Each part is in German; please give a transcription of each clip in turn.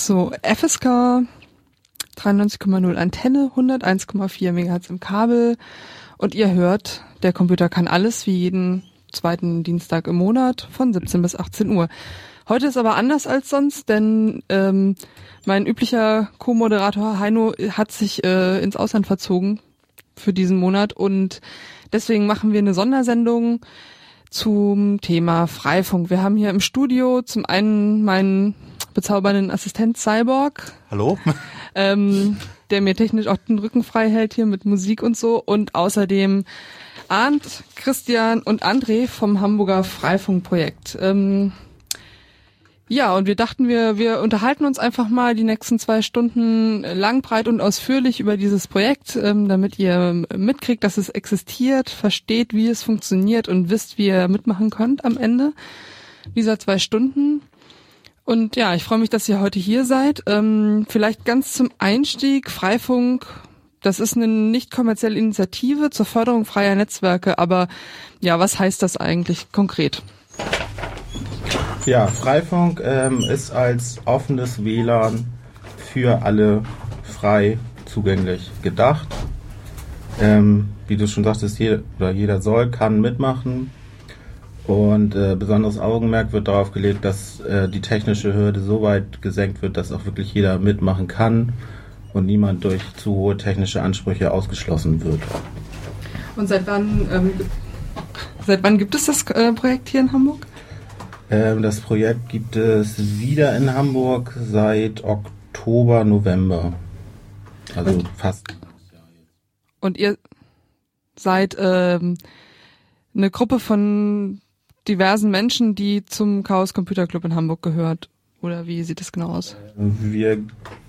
So, FSK 93,0 Antenne, 101,4 MHz im Kabel und ihr hört, der Computer kann alles, wie jeden zweiten Dienstag im Monat von 17 bis 18 Uhr. Heute ist aber anders als sonst, denn mein üblicher Co-Moderator Heino hat sich ins Ausland verzogen für diesen Monat und deswegen machen wir eine Sondersendung zum Thema Freifunk. Wir haben hier im Studio zum einen meinen bezaubernden Assistent Cyborg. Hallo. Der mir technisch auch den Rücken frei hält hier mit Musik und so. Und außerdem Arndt, Christian und André vom Hamburger Freifunkprojekt. Ja, und wir dachten, wir unterhalten uns einfach mal die nächsten 2 Stunden lang, breit und ausführlich über dieses Projekt, damit ihr mitkriegt, dass es existiert, versteht, wie es funktioniert und wisst, wie ihr mitmachen könnt am Ende dieser 2 Stunden. Und ja, ich freue mich, dass ihr heute hier seid. Vielleicht ganz zum Einstieg, Freifunk, das ist eine nicht kommerzielle Initiative zur Förderung freier Netzwerke, aber ja, was heißt das eigentlich konkret? Ja, Freifunk ist als offenes WLAN für alle frei zugänglich gedacht. Wie du schon sagtest, jeder kann mitmachen. Und besonderes Augenmerk wird darauf gelegt, dass die technische Hürde so weit gesenkt wird, dass auch wirklich jeder mitmachen kann und niemand durch zu hohe technische Ansprüche ausgeschlossen wird. Und seit wann gibt es das Projekt hier in Hamburg? Das Projekt gibt es wieder in Hamburg seit Oktober, November. Also fast. Und ihr seid eine Gruppe von diversen Menschen, die zum Chaos Computer Club in Hamburg gehört. Oder wie sieht das genau aus? Wir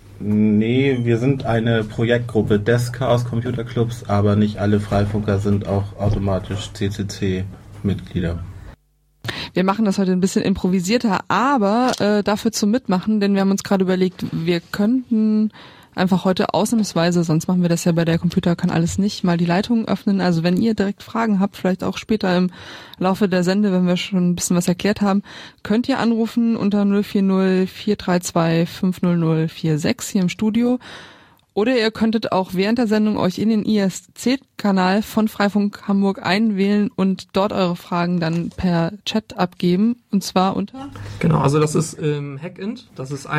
sind eine Projektgruppe des Chaos Computer Clubs, aber nicht alle Freifunker sind auch automatisch CCC-Mitglieder. Wir machen das heute ein bisschen improvisierter, aber dafür zum Mitmachen, denn wir haben uns gerade überlegt, wir könnten einfach heute ausnahmsweise, sonst machen wir das ja bei der Computer kann alles nicht, mal die Leitungen öffnen. Also wenn ihr direkt Fragen habt, vielleicht auch später im Laufe der Sende, wenn wir schon ein bisschen was erklärt haben, könnt ihr anrufen unter 040 432 50046 hier im Studio. Oder ihr könntet auch während der Sendung euch in den ISC-Kanal von Freifunk Hamburg einwählen und dort eure Fragen dann per Chat abgeben. Und zwar unter? Genau, also das ist Hackend, das ist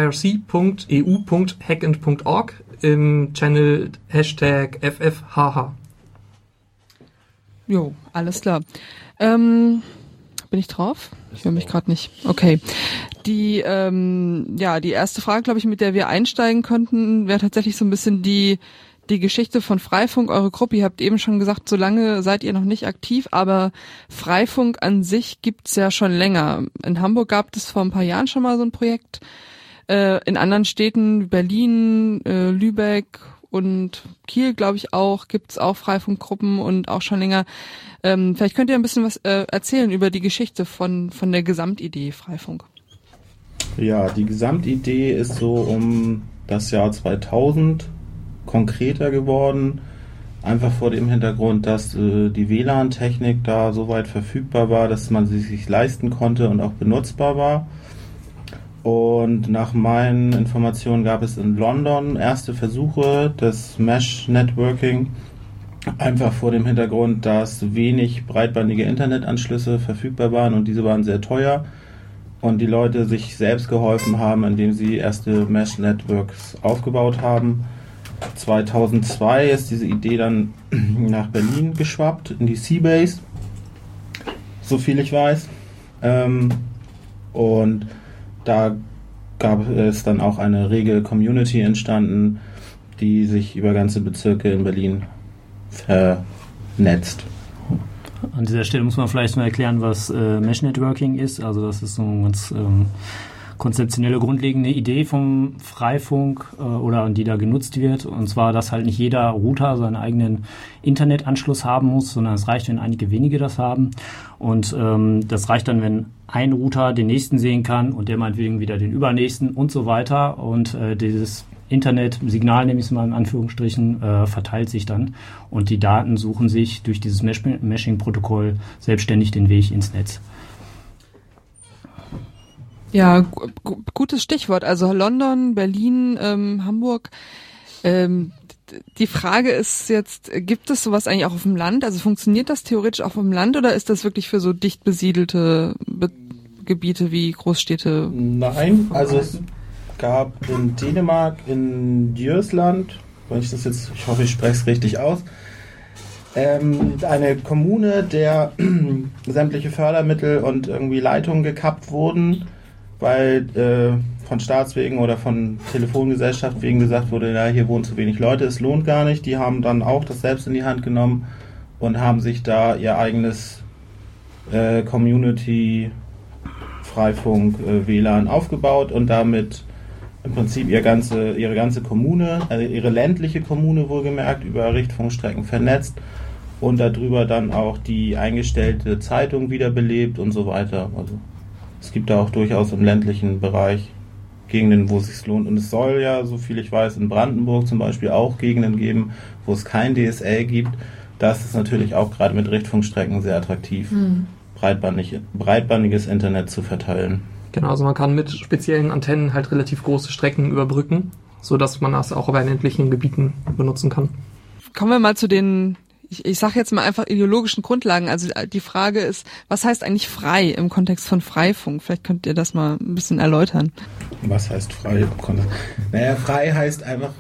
irc.eu.hackend.org im Channel #FFHH. Jo, alles klar. Bin ich drauf? Ich höre mich gerade nicht. Okay. Die erste Frage, glaube ich, mit der wir einsteigen könnten, wäre tatsächlich so ein bisschen die Geschichte von Freifunk, eure Gruppe. Ihr habt eben schon gesagt, so lange seid ihr noch nicht aktiv, aber Freifunk an sich gibt's ja schon länger. In Hamburg gab es vor ein paar Jahren schon mal so ein Projekt. In anderen Städten, Berlin, Lübeck und Kiel, glaube ich auch, gibt's auch Freifunkgruppen und auch schon länger. Vielleicht könnt ihr ein bisschen was erzählen über die Geschichte von der Gesamtidee Freifunk. Ja, die Gesamtidee ist so um das Jahr 2000 konkreter geworden. Einfach vor dem Hintergrund, dass die WLAN-Technik da so weit verfügbar war, dass man sie sich leisten konnte und auch benutzbar war. Und nach meinen Informationen gab es in London erste Versuche des Mesh-Networking. Einfach vor dem Hintergrund, dass wenig breitbandige Internetanschlüsse verfügbar waren und diese waren sehr teuer. Und die Leute sich selbst geholfen haben, indem sie erste Mesh-Networks aufgebaut haben. 2002 ist diese Idee dann nach Berlin geschwappt, in die Seabase, so viel ich weiß. Und da gab es dann auch eine rege Community entstanden, die sich über ganze Bezirke in Berlin vernetzt. An dieser Stelle muss man vielleicht mal erklären, was Mesh Networking ist. Also das ist so eine ganz konzeptionelle, grundlegende Idee vom Freifunk oder die da genutzt wird. Und zwar, dass halt nicht jeder Router seinen eigenen Internetanschluss haben muss, sondern es reicht, wenn einige wenige das haben. Und das reicht dann, wenn ein Router den nächsten sehen kann und der meinetwegen wieder den übernächsten und so weiter. Und dieses Internet-Signal, nehme ich es mal in Anführungsstrichen, verteilt sich dann und die Daten suchen sich durch dieses Meshing-Protokoll selbstständig den Weg ins Netz. Ja, gutes Stichwort. Also London, Berlin, Hamburg. Die Frage ist jetzt, gibt es sowas eigentlich auch auf dem Land? Also funktioniert das theoretisch auch auf dem Land oder ist das wirklich für so dicht besiedelte Gebiete wie Großstädte? Nein, also es gab in Dänemark, in Djursland, ich hoffe, ich spreche es richtig aus, eine Kommune, der sämtliche Fördermittel und irgendwie Leitungen gekappt wurden, weil von Staatswegen oder von Telefongesellschaft wegen gesagt wurde, ja, hier wohnen zu wenig Leute, es lohnt gar nicht. Die haben dann auch das selbst in die Hand genommen und haben sich da ihr eigenes Community Freifunk WLAN aufgebaut und damit im Prinzip ihre ganze Kommune, also ihre ländliche Kommune wohlgemerkt, über Richtfunkstrecken vernetzt und darüber dann auch die eingestellte Zeitung wiederbelebt und so weiter. Also es gibt da auch durchaus im ländlichen Bereich Gegenden, wo es sich lohnt. Und es soll ja, so viel ich weiß, in Brandenburg zum Beispiel auch Gegenden geben, wo es kein DSL gibt. Das ist natürlich auch gerade mit Richtfunkstrecken sehr attraktiv, breitbandiges Internet zu verteilen. Genau, also man kann mit speziellen Antennen halt relativ große Strecken überbrücken, sodass man das auch bei ländlichen Gebieten benutzen kann. Kommen wir mal zu den, ich sage jetzt mal einfach ideologischen Grundlagen. Also die Frage ist, was heißt eigentlich frei im Kontext von Freifunk? Vielleicht könnt ihr das mal ein bisschen erläutern. Was heißt frei im Kontext? Naja, frei heißt einfach,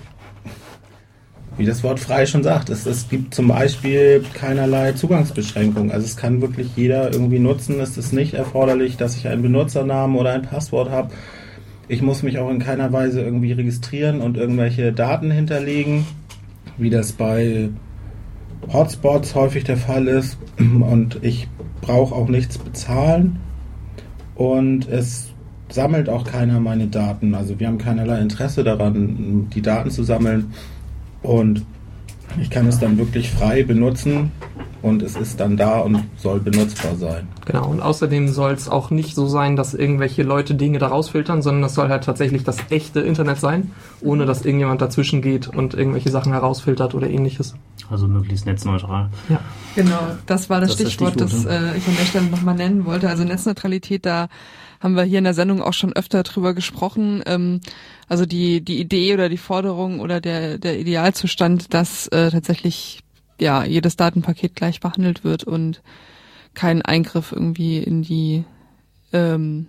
wie das Wort frei schon sagt, es gibt zum Beispiel keinerlei Zugangsbeschränkungen. Also es kann wirklich jeder irgendwie nutzen. Es ist nicht erforderlich, dass ich einen Benutzernamen oder ein Passwort habe. Ich muss mich auch in keiner Weise irgendwie registrieren und irgendwelche Daten hinterlegen, wie das bei Hotspots häufig der Fall ist. Und ich brauche auch nichts bezahlen. Und es sammelt auch keiner meine Daten. Also wir haben keinerlei Interesse daran, die Daten zu sammeln. Und ich kann es dann wirklich frei benutzen und es ist dann da und soll benutzbar sein. Genau, und außerdem soll es auch nicht so sein, dass irgendwelche Leute Dinge da rausfiltern, sondern es soll halt tatsächlich das echte Internet sein, ohne dass irgendjemand dazwischen geht und irgendwelche Sachen herausfiltert oder ähnliches. Also möglichst netzneutral. Ja. Genau, das war das Stichwort, das ich an der Stelle nochmal nennen wollte. Also Netzneutralität, da haben wir hier in der Sendung auch schon öfter drüber gesprochen. Also die Idee oder die Forderung oder der Idealzustand, dass tatsächlich ja jedes Datenpaket gleich behandelt wird und kein Eingriff irgendwie in die in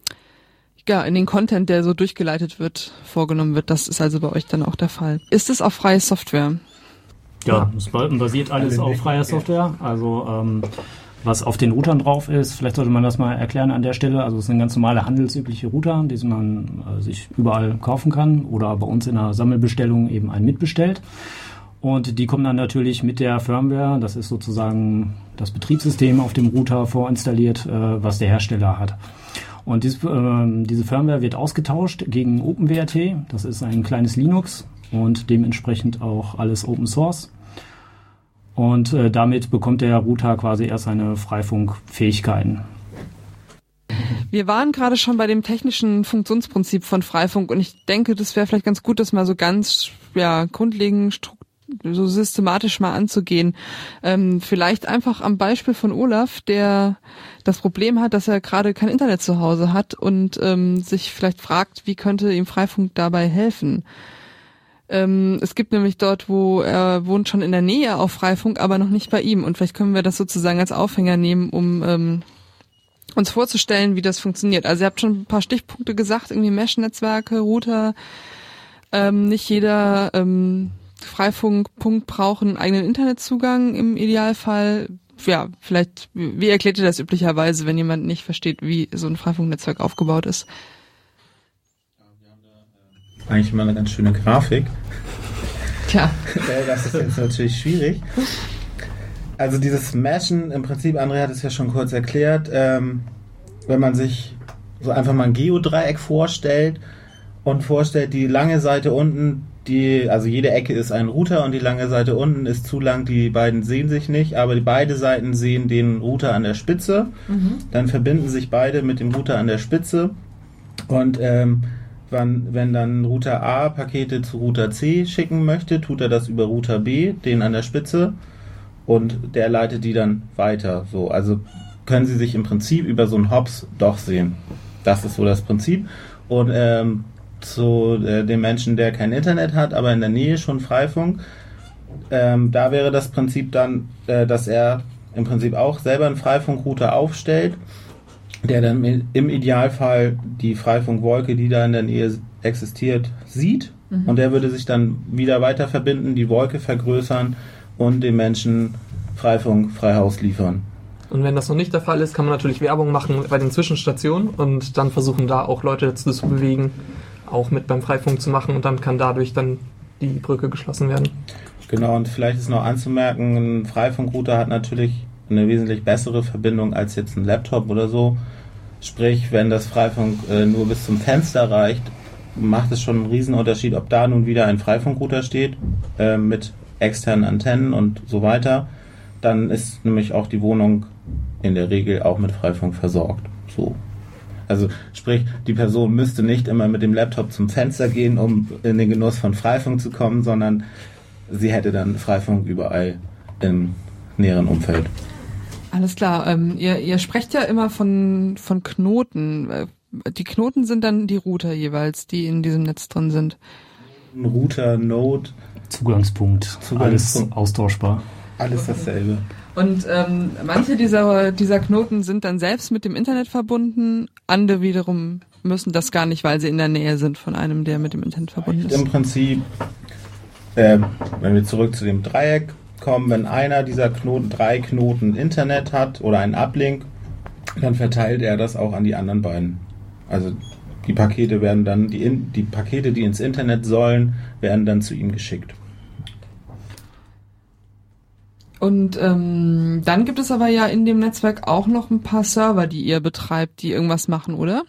den Content, der so durchgeleitet wird, vorgenommen wird. Das ist also bei euch dann auch der Fall. Ist es auf freie Software? Ja, es basiert alles auf freier Software. Also was auf den Routern drauf ist, vielleicht sollte man das mal erklären an der Stelle. Also es sind ganz normale handelsübliche Router, die man sich überall kaufen kann oder bei uns in einer Sammelbestellung eben einen mitbestellt. Und die kommen dann natürlich mit der Firmware, das ist sozusagen das Betriebssystem auf dem Router vorinstalliert, was der Hersteller hat. Und diese Firmware wird ausgetauscht gegen OpenWRT, das ist ein kleines Linux und dementsprechend auch alles Open Source. Und damit bekommt der Router quasi erst seine Freifunkfähigkeiten. Wir waren gerade schon bei dem technischen Funktionsprinzip von Freifunk und ich denke, das wäre vielleicht ganz gut, das mal so ganz grundlegend so systematisch mal anzugehen. Vielleicht einfach am Beispiel von Olaf, der das Problem hat, dass er gerade kein Internet zu Hause hat und sich vielleicht fragt, wie könnte ihm Freifunk dabei helfen. Es gibt nämlich dort, wo er wohnt, schon in der Nähe auf Freifunk, aber noch nicht bei ihm. Und vielleicht können wir das sozusagen als Aufhänger nehmen, um uns vorzustellen, wie das funktioniert. Also ihr habt schon ein paar Stichpunkte gesagt, irgendwie Mesh-Netzwerke, Router. Nicht jeder Freifunkpunkt braucht einen eigenen Internetzugang im Idealfall. Ja, vielleicht, wie erklärt ihr das üblicherweise, wenn jemand nicht versteht, wie so ein Freifunknetzwerk aufgebaut ist? Eigentlich immer eine ganz schöne Grafik. Tja. Das ist jetzt natürlich schwierig. Also dieses Meshen, im Prinzip, André hat es ja schon kurz erklärt, wenn man sich so einfach mal ein Geodreieck vorstellt und vorstellt, die lange Seite unten, also jede Ecke ist ein Router und die lange Seite unten ist zu lang, die beiden sehen sich nicht, aber beide Seiten sehen den Router an der Spitze. Dann verbinden sich beide mit dem Router an der Spitze und wenn dann Router A Pakete zu Router C schicken möchte, tut er das über Router B, den an der Spitze, und der leitet die dann weiter. So, also können sie sich im Prinzip über so einen Hops doch sehen. Das ist so das Prinzip. Und zu dem Menschen, der kein Internet hat, aber in der Nähe schon Freifunk, da wäre das Prinzip dann, dass er im Prinzip auch selber einen Freifunkrouter aufstellt, der dann im Idealfall die Freifunkwolke, die da in der Nähe existiert, sieht. Und der würde sich dann wieder weiter verbinden, die Wolke vergrößern und dem Menschen Freifunk frei Haus liefern. Und wenn das noch nicht der Fall ist, kann man natürlich Werbung machen bei den Zwischenstationen und dann versuchen, da auch Leute dazu zu bewegen, auch mit beim Freifunk zu machen, und dann kann dadurch dann die Brücke geschlossen werden. Genau, und vielleicht ist noch anzumerken, ein Freifunkrouter hat natürlich eine wesentlich bessere Verbindung als jetzt ein Laptop oder so. Sprich, wenn das Freifunk nur bis zum Fenster reicht, macht es schon einen Riesenunterschied, ob da nun wieder ein Freifunkrouter steht mit externen Antennen und so weiter. Dann ist nämlich auch die Wohnung in der Regel auch mit Freifunk versorgt. So. Also sprich, die Person müsste nicht immer mit dem Laptop zum Fenster gehen, um in den Genuss von Freifunk zu kommen, sondern sie hätte dann Freifunk überall im näheren Umfeld. Alles klar. Ihr sprecht ja immer von Knoten. Die Knoten sind dann die Router jeweils, die in diesem Netz drin sind. Router, Node. Zugangspunkt. Alles austauschbar. Alles dasselbe. Und manche dieser Knoten sind dann selbst mit dem Internet verbunden, andere wiederum müssen das gar nicht, weil sie in der Nähe sind von einem, der mit dem Internet verbunden ist. Im Prinzip, wenn wir zurück zu dem Dreieck kommen, wenn einer dieser Knoten 3 Knoten Internet hat oder einen Uplink, dann verteilt er das auch an die anderen beiden. Also die Pakete werden dann, die Pakete, die ins Internet sollen, werden dann zu ihm geschickt. Und dann gibt es aber ja in dem Netzwerk auch noch ein paar Server, die ihr betreibt, die irgendwas machen, oder?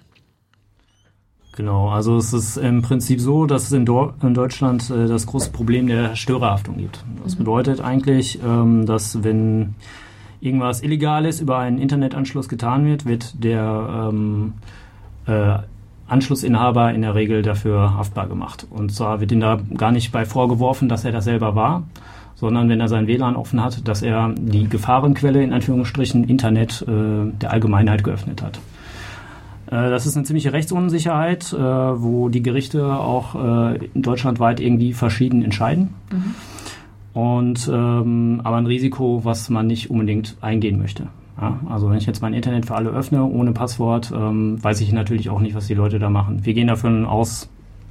Genau, also es ist im Prinzip so, dass es in Deutschland das große Problem der Störerhaftung gibt. Das bedeutet eigentlich, dass wenn irgendwas Illegales über einen Internetanschluss getan wird, wird der Anschlussinhaber in der Regel dafür haftbar gemacht. Und zwar wird ihm da gar nicht bei vorgeworfen, dass er das selber war, sondern wenn er sein WLAN offen hat, dass er die Gefahrenquelle, in Anführungsstrichen Internet, der Allgemeinheit geöffnet hat. Das ist eine ziemliche Rechtsunsicherheit, wo die Gerichte auch deutschlandweit irgendwie verschieden entscheiden. Und aber ein Risiko, was man nicht unbedingt eingehen möchte. Ja, also wenn ich jetzt mein Internet für alle öffne, ohne Passwort, weiß ich natürlich auch nicht, was die Leute da machen. Wir gehen davon aus,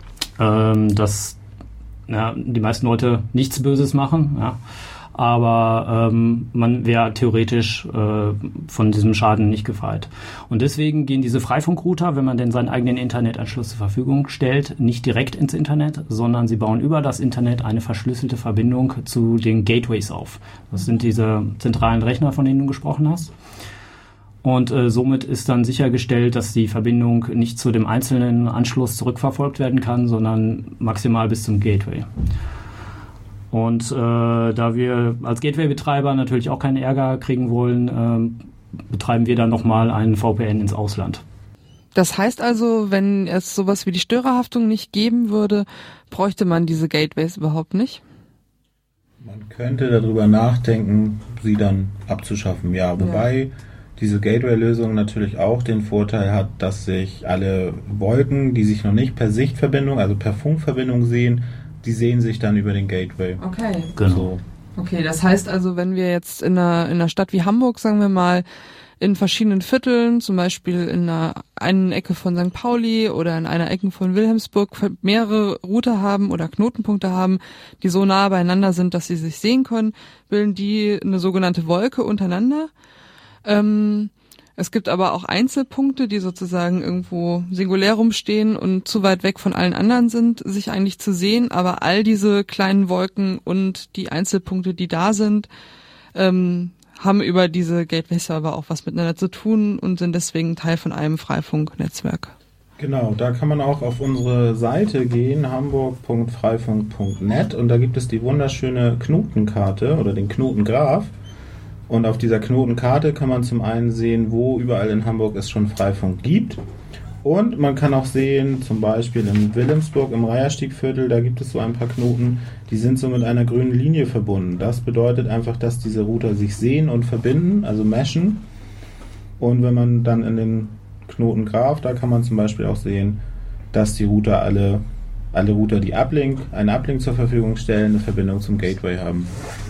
dass die meisten Leute nichts Böses machen, ja, aber man wäre theoretisch von diesem Schaden nicht gefeit. Und deswegen gehen diese Freifunkrouter, wenn man denn seinen eigenen Internetanschluss zur Verfügung stellt, nicht direkt ins Internet, sondern sie bauen über das Internet eine verschlüsselte Verbindung zu den Gateways auf. Das sind diese zentralen Rechner, von denen du gesprochen hast. Und somit ist dann sichergestellt, dass die Verbindung nicht zu dem einzelnen Anschluss zurückverfolgt werden kann, sondern maximal bis zum Gateway. Und da wir als Gateway-Betreiber natürlich auch keinen Ärger kriegen wollen, betreiben wir dann nochmal einen VPN ins Ausland. Das heißt also, wenn es sowas wie die Störerhaftung nicht geben würde, bräuchte man diese Gateways überhaupt nicht? Man könnte darüber nachdenken, sie dann abzuschaffen, ja. Wobei diese Gateway-Lösung natürlich auch den Vorteil hat, dass sich alle Wolken, die sich noch nicht per Sichtverbindung, also per Funkverbindung sehen, die sehen sich dann über den Gateway. Okay. Genau. So. Okay, das heißt also, wenn wir jetzt in einer Stadt wie Hamburg, sagen wir mal, in verschiedenen Vierteln, zum Beispiel in einer Ecke von St. Pauli oder in einer Ecke von Wilhelmsburg mehrere Router haben oder Knotenpunkte haben, die so nah beieinander sind, dass sie sich sehen können, bilden die eine sogenannte Wolke untereinander. Es gibt aber auch Einzelpunkte, die sozusagen irgendwo singulär rumstehen und zu weit weg von allen anderen sind, sich eigentlich zu sehen, aber all diese kleinen Wolken und die Einzelpunkte, die da sind, haben über diese Gateway-Server auch was miteinander zu tun und sind deswegen Teil von einem Freifunknetzwerk. Genau, da kann man auch auf unsere Seite gehen, hamburg.freifunk.net, und da gibt es die wunderschöne Knotenkarte oder den Knotengraph. Und auf dieser Knotenkarte kann man zum einen sehen, wo überall in Hamburg es schon Freifunk gibt. Und man kann auch sehen, zum Beispiel in Wilhelmsburg im Reiherstiegviertel, da gibt es so ein paar Knoten, die sind so mit einer grünen Linie verbunden. Das bedeutet einfach, dass diese Router sich sehen und verbinden, also meshen. Und wenn man dann in den Knoten Graph, da kann man zum Beispiel auch sehen, dass die Router alle Router, die einen Uplink zur Verfügung stellen, eine Verbindung zum Gateway haben.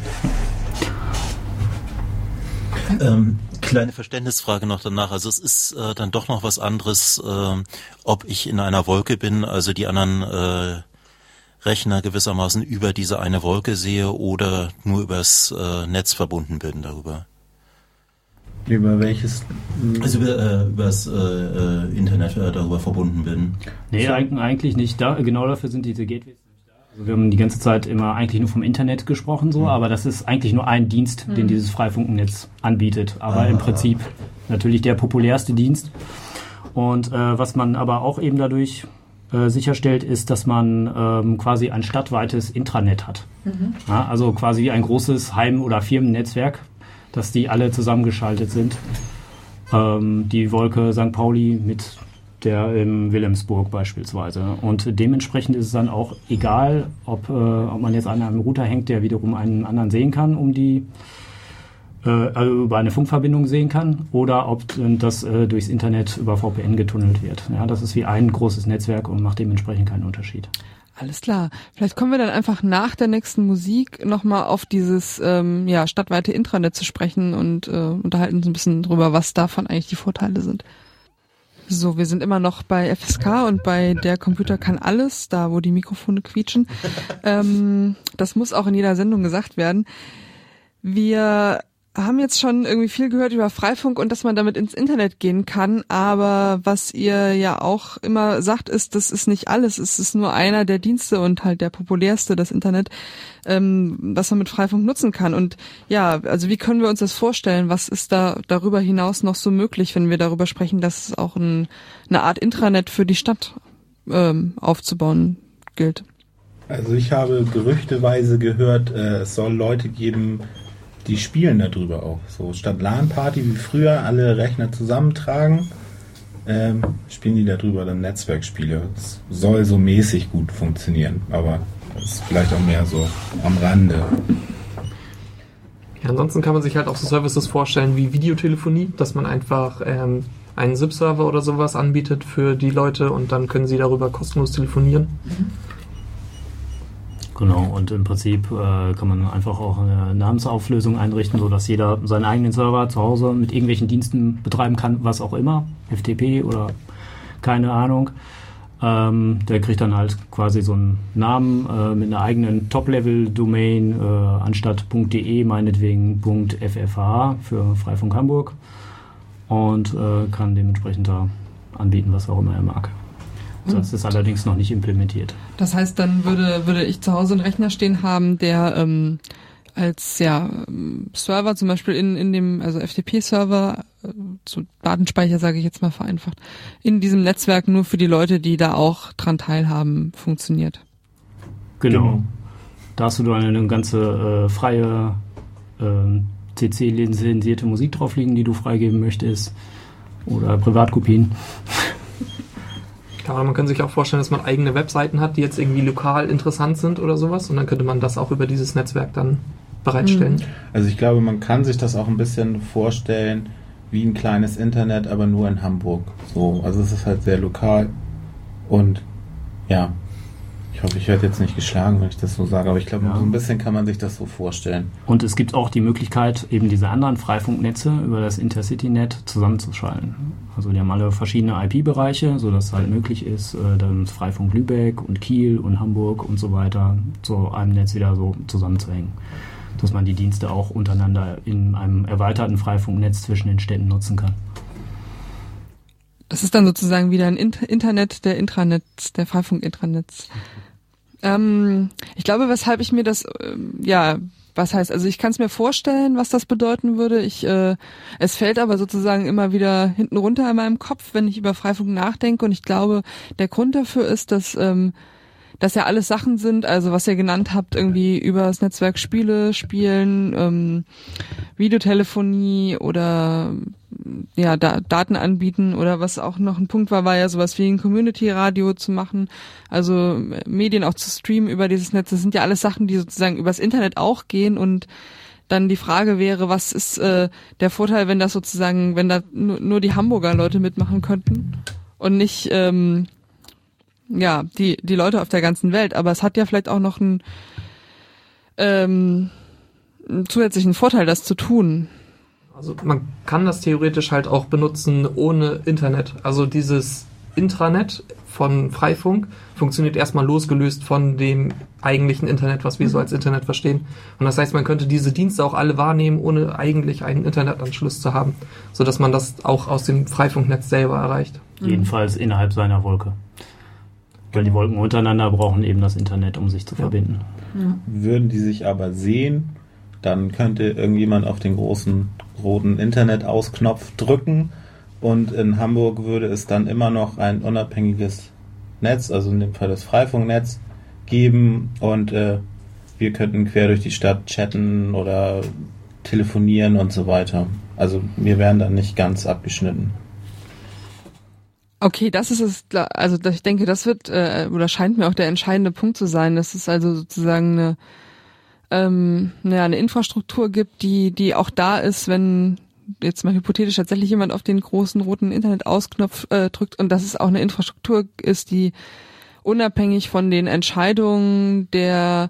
Kleine Verständnisfrage noch danach. Also es ist dann doch noch was anderes, ob ich in einer Wolke bin, also die anderen Rechner gewissermaßen über diese eine Wolke sehe oder nur übers Netz verbunden bin darüber. Über welches? Also übers Internet darüber verbunden bin. Nee, eigentlich nicht. Genau dafür sind diese Gateways. Also wir haben die ganze Zeit immer eigentlich nur vom Internet gesprochen, aber das ist eigentlich nur ein Dienst, den dieses Freifunknetz anbietet. Aber im Prinzip natürlich der populärste Dienst. Und was man aber auch eben dadurch sicherstellt, ist, dass man quasi ein stadtweites Intranet hat. Ja, also quasi ein großes Heim- oder Firmennetzwerk, dass die alle zusammengeschaltet sind. Die Wolke St. Pauli mit der in Wilhelmsburg beispielsweise. Und dementsprechend ist es dann auch egal, ob man jetzt an einem Router hängt, der wiederum einen anderen sehen kann, also über eine Funkverbindung sehen kann, oder ob das durchs Internet über VPN getunnelt wird. Ja, das ist wie ein großes Netzwerk und macht dementsprechend keinen Unterschied. Alles klar. Vielleicht kommen wir dann einfach nach der nächsten Musik nochmal auf dieses stadtweite Intranet zu sprechen und unterhalten uns ein bisschen drüber, was davon eigentlich die Vorteile sind. So, wir sind immer noch bei FSK und bei Der Computer kann alles, da wo die Mikrofone quietschen. Das muss auch in jeder Sendung gesagt werden. Wir haben jetzt schon irgendwie viel gehört über Freifunk und dass man damit ins Internet gehen kann, aber was ihr ja auch immer sagt, ist, das ist nicht alles, es ist nur einer der Dienste und halt der populärste, das Internet, was man mit Freifunk nutzen kann. Und ja, also wie können wir uns das vorstellen? Was ist da darüber hinaus noch so möglich, wenn wir darüber sprechen, dass es auch eine Art Intranet für die Stadt aufzubauen gilt? Also ich habe gerüchteweise gehört, es soll Leute geben, die spielen darüber auch. So statt LAN-Party wie früher alle Rechner zusammentragen, spielen die darüber dann Netzwerkspiele. Das soll so mäßig gut funktionieren, aber das ist vielleicht auch mehr so am Rande. Ja, ansonsten kann man sich halt auch so Services vorstellen wie Videotelefonie, dass man einfach einen SIP-Server oder sowas anbietet für die Leute und dann können sie darüber kostenlos telefonieren. Genau, und im Prinzip kann man einfach auch eine Namensauflösung einrichten, sodass jeder seinen eigenen Server zu Hause mit irgendwelchen Diensten betreiben kann, was auch immer, FTP oder keine Ahnung. Der kriegt dann halt quasi so einen Namen mit einer eigenen Top-Level-Domain, anstatt .de meinetwegen .ffh für Freifunk Hamburg und kann dementsprechend da anbieten, was auch immer er mag. Das ist allerdings noch nicht implementiert. Das heißt, dann würde ich zu Hause einen Rechner stehen haben, der als Server zum Beispiel in dem, also FTP-Server, so Datenspeicher sage ich jetzt mal vereinfacht, in diesem Netzwerk nur für die Leute, die da auch dran teilhaben, funktioniert. Genau. Da hast du eine ganze freie CC-lizenzierte Musik drauf liegen, die du freigeben möchtest, oder Privatkopien. Ja, aber man kann sich auch vorstellen, dass man eigene Webseiten hat, die jetzt irgendwie lokal interessant sind oder sowas und dann könnte man das auch über dieses Netzwerk dann bereitstellen. Also ich glaube, man kann sich das auch ein bisschen vorstellen wie ein kleines Internet, aber nur in Hamburg. So, also es ist halt sehr lokal und ja, ich hoffe, ich werde jetzt nicht geschlagen, wenn ich das so sage, aber ich glaube, so ein bisschen kann man sich das so vorstellen. Und es gibt auch die Möglichkeit, eben diese anderen Freifunknetze über das Intercity-Net zusammenzuschalten. Also die haben alle verschiedene IP-Bereiche, sodass halt möglich ist, dann Freifunk Lübeck und Kiel und Hamburg und so weiter zu einem Netz wieder so zusammenzuhängen. Dass man die Dienste auch untereinander in einem erweiterten Freifunknetz zwischen den Städten nutzen kann. Das ist dann sozusagen wieder ein Internet der Intranets, der Freifunk-Intranets. Ich glaube, weshalb ich mir das, was heißt, also ich kann es mir vorstellen, was das bedeuten würde. Es fällt aber sozusagen immer wieder hinten runter in meinem Kopf, wenn ich über Freifunk nachdenke. Und ich glaube, der Grund dafür ist, dass ja alles Sachen sind, also was ihr genannt habt, irgendwie über das Netzwerk Spiele spielen, Videotelefonie oder Daten anbieten oder was auch noch ein Punkt war ja sowas wie ein Community-Radio zu machen, also Medien auch zu streamen über dieses Netz. Das sind ja alles Sachen, die sozusagen übers Internet auch gehen und dann die Frage wäre, was ist der Vorteil, wenn das sozusagen, wenn da nur die Hamburger Leute mitmachen könnten und nicht die Leute auf der ganzen Welt. Aber es hat ja vielleicht auch noch einen zusätzlichen Vorteil, das zu tun. Also man kann das theoretisch halt auch benutzen ohne Internet. Also dieses Intranet von Freifunk funktioniert erstmal losgelöst von dem eigentlichen Internet, was wir so als Internet verstehen. Und das heißt, man könnte diese Dienste auch alle wahrnehmen, ohne eigentlich einen Internetanschluss zu haben, sodass man das auch aus dem Freifunknetz selber erreicht. Jedenfalls innerhalb seiner Wolke. Weil die Wolken untereinander brauchen eben das Internet, um sich zu verbinden. Ja. Würden die sich aber sehen, dann könnte irgendjemand auf den großen roten Internet-Ausknopf drücken und in Hamburg würde es dann immer noch ein unabhängiges Netz, also in dem Fall das Freifunknetz, geben und wir könnten quer durch die Stadt chatten oder telefonieren und so weiter. Also wir wären dann nicht ganz abgeschnitten. Okay, das ist es, also ich denke, das wird oder scheint mir auch der entscheidende Punkt zu sein, dass es also sozusagen eine Infrastruktur gibt, die auch da ist, wenn jetzt mal hypothetisch tatsächlich jemand auf den großen roten Internet-Ausknopf drückt und dass es auch eine Infrastruktur ist, die unabhängig von den Entscheidungen der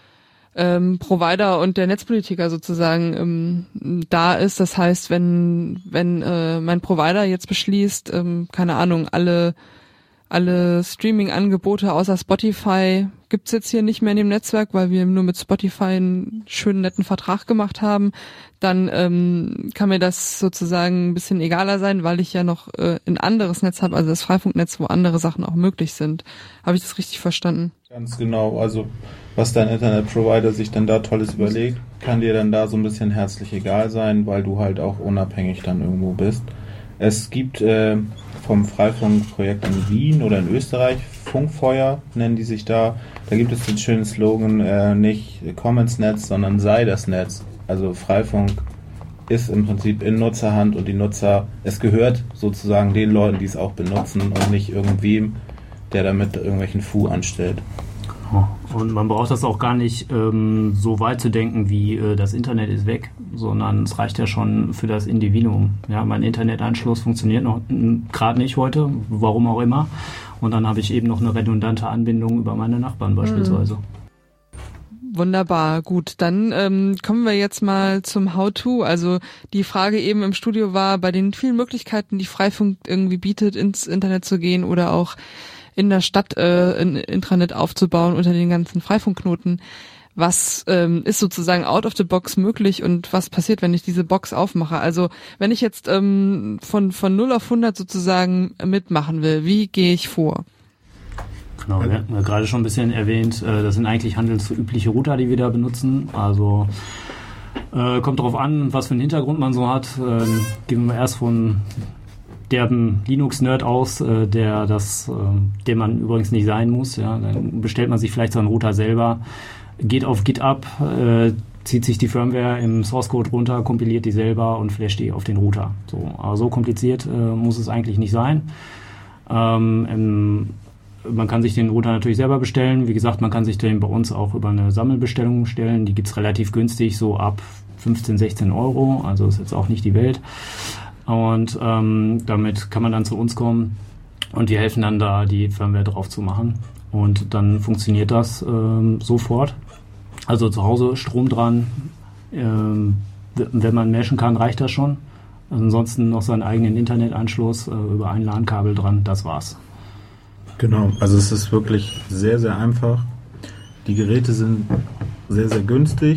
Provider und der Netzpolitiker sozusagen da ist. Das heißt, wenn mein Provider jetzt beschließt, keine Ahnung, alle Streaming-Angebote außer Spotify gibt's jetzt hier nicht mehr in dem Netzwerk, weil wir nur mit Spotify einen schönen, netten Vertrag gemacht haben, dann kann mir das sozusagen ein bisschen egaler sein, weil ich ja noch ein anderes Netz habe, also das Freifunknetz, wo andere Sachen auch möglich sind. Habe ich das richtig verstanden? Ganz genau. Also was dein Internetprovider sich dann da Tolles überlegt, kann dir dann da so ein bisschen herzlich egal sein, weil du halt auch unabhängig dann irgendwo bist. Es gibt vom Freifunkprojekt in Wien oder in Österreich, Funkfeuer nennen die sich da, da gibt es den schönen Slogan, nicht komm ins Netz, sondern sei das Netz. Also Freifunk ist im Prinzip in Nutzerhand und die Nutzer, es gehört sozusagen den Leuten, die es auch benutzen und nicht irgendwem, der damit irgendwelchen Fu anstellt. Und man braucht das auch gar nicht so weit zu denken, wie das Internet ist weg, sondern es reicht ja schon für das Individuum. Ja, mein Internetanschluss funktioniert noch gerade nicht heute, warum auch immer. Und dann habe ich eben noch eine redundante Anbindung über meine Nachbarn beispielsweise. Wunderbar, gut. Dann kommen wir jetzt mal zum How-To. Also die Frage eben im Studio war, bei den vielen Möglichkeiten, die Freifunk irgendwie bietet, ins Internet zu gehen oder auch in der Stadt ein Intranet aufzubauen unter den ganzen Freifunkknoten. Was ist sozusagen out of the box möglich und was passiert, wenn ich diese Box aufmache? Also wenn ich jetzt von 0 auf 100 sozusagen mitmachen will, wie gehe ich vor? Genau, wir hatten ja gerade schon ein bisschen erwähnt, das sind eigentlich handelsübliche Router, die wir da benutzen. Also kommt darauf an, was für einen Hintergrund man so hat. Gehen wir erst von derben Linux-Nerd aus, der man übrigens nicht sein muss. Ja, dann bestellt man sich vielleicht so einen Router selber, geht auf GitHub, zieht sich die Firmware im Source-Code runter, kompiliert die selber und flasht die auf den Router. Aber so kompliziert muss es eigentlich nicht sein. Man kann sich den Router natürlich selber bestellen. Wie gesagt, man kann sich den bei uns auch über eine Sammelbestellung bestellen. Die gibt's relativ günstig, so ab 15, 16 Euro. Also ist jetzt auch nicht die Welt. Und damit kann man dann zu uns kommen und wir helfen dann da, die Firmware drauf zu machen. Und dann funktioniert das sofort. Also zu Hause Strom dran. Wenn man meshen kann, reicht das schon. Ansonsten noch seinen eigenen Internetanschluss über ein LAN-Kabel dran. Das war's. Genau, also es ist wirklich sehr, sehr einfach. Die Geräte sind sehr, sehr günstig.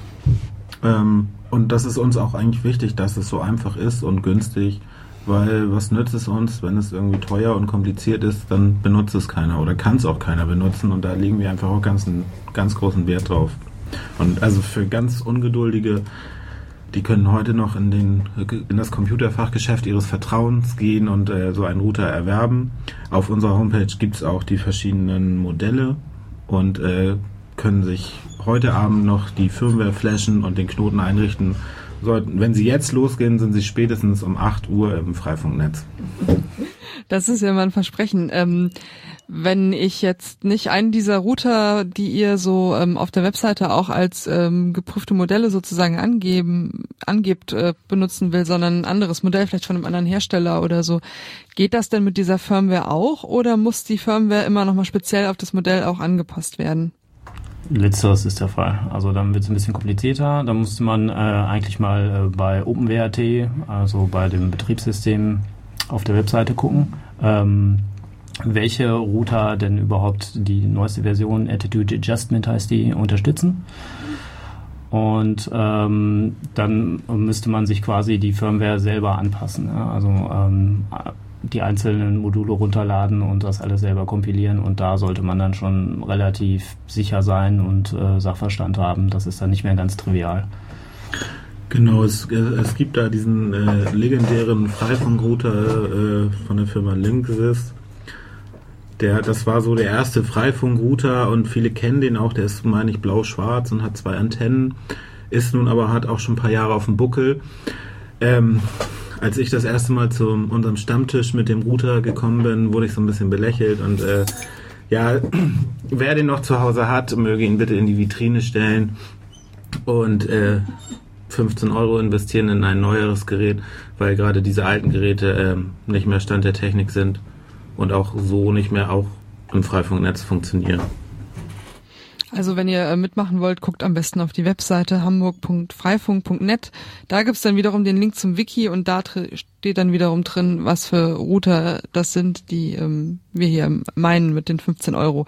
Und das ist uns auch eigentlich wichtig, dass es so einfach ist und günstig, weil was nützt es uns, wenn es irgendwie teuer und kompliziert ist, dann benutzt es keiner oder kann es auch keiner benutzen und da legen wir einfach auch einen ganz großen Wert drauf. Und also für ganz Ungeduldige, die können heute noch in das Computerfachgeschäft ihres Vertrauens gehen und so einen Router erwerben. Auf unserer Homepage gibt es auch die verschiedenen Modelle und können sich heute Abend noch die Firmware flashen und den Knoten einrichten. Wenn Sie jetzt losgehen, sind Sie spätestens um 8 Uhr im Freifunknetz. Das ist ja mal ein Versprechen. Wenn ich jetzt nicht einen dieser Router, die ihr so auf der Webseite auch als geprüfte Modelle sozusagen angebt, benutzen will, sondern ein anderes Modell, vielleicht von einem anderen Hersteller oder so, geht das denn mit dieser Firmware auch oder muss die Firmware immer nochmal speziell auf das Modell auch angepasst werden? Letzteres ist der Fall. Also dann wird es ein bisschen komplizierter. Da musste man eigentlich mal bei OpenWrt, also bei dem Betriebssystem auf der Webseite gucken, welche Router denn überhaupt die neueste Version, Attitude Adjustment heißt die, unterstützen. Und dann müsste man sich quasi die Firmware selber anpassen. Ja? Also die einzelnen Module runterladen und das alles selber kompilieren. Und da sollte man dann schon relativ sicher sein und Sachverstand haben. Das ist dann nicht mehr ganz trivial. Genau, es gibt da diesen legendären Freifunk-Router von der Firma Linksys. Das war so der erste Freifunk-Router und viele kennen den auch. Der ist, meine ich, blau-schwarz und hat 2 Antennen. Ist nun aber, hat auch schon ein paar Jahre auf dem Buckel. Als ich das erste Mal zu unserem Stammtisch mit dem Router gekommen bin, wurde ich so ein bisschen belächelt und wer den noch zu Hause hat, möge ihn bitte in die Vitrine stellen und 15 € investieren in ein neueres Gerät, weil gerade diese alten Geräte nicht mehr Stand der Technik sind und auch so nicht mehr auch im Freifunknetz funktionieren. Also wenn ihr mitmachen wollt, guckt am besten auf die Webseite hamburg.freifunk.net. Da gibt's dann wiederum den Link zum Wiki und da steht dann wiederum drin, was für Router das sind, die wir hier meinen mit den 15 €.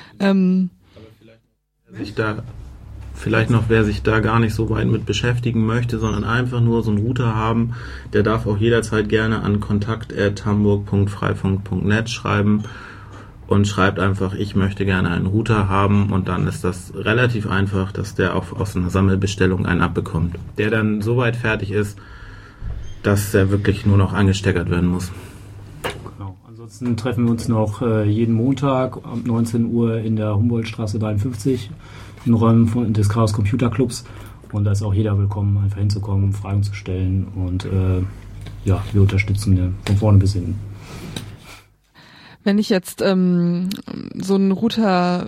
Vielleicht noch, wer sich da gar nicht so weit mit beschäftigen möchte, sondern einfach nur so einen Router haben, der darf auch jederzeit gerne an kontakt@hamburg.freifunk.net schreiben und schreibt einfach, ich möchte gerne einen Router haben und dann ist das relativ einfach, dass der auch aus einer Sammelbestellung einen abbekommt, der dann so weit fertig ist, dass er wirklich nur noch angesteckert werden muss. Genau. Ansonsten treffen wir uns noch jeden Montag um 19 Uhr in der Humboldtstraße 53 in Räumen des Chaos Computer Clubs und da ist auch jeder willkommen, einfach hinzukommen, Fragen zu stellen und wir unterstützen von vorne bis hinten. Wenn ich jetzt so einen Router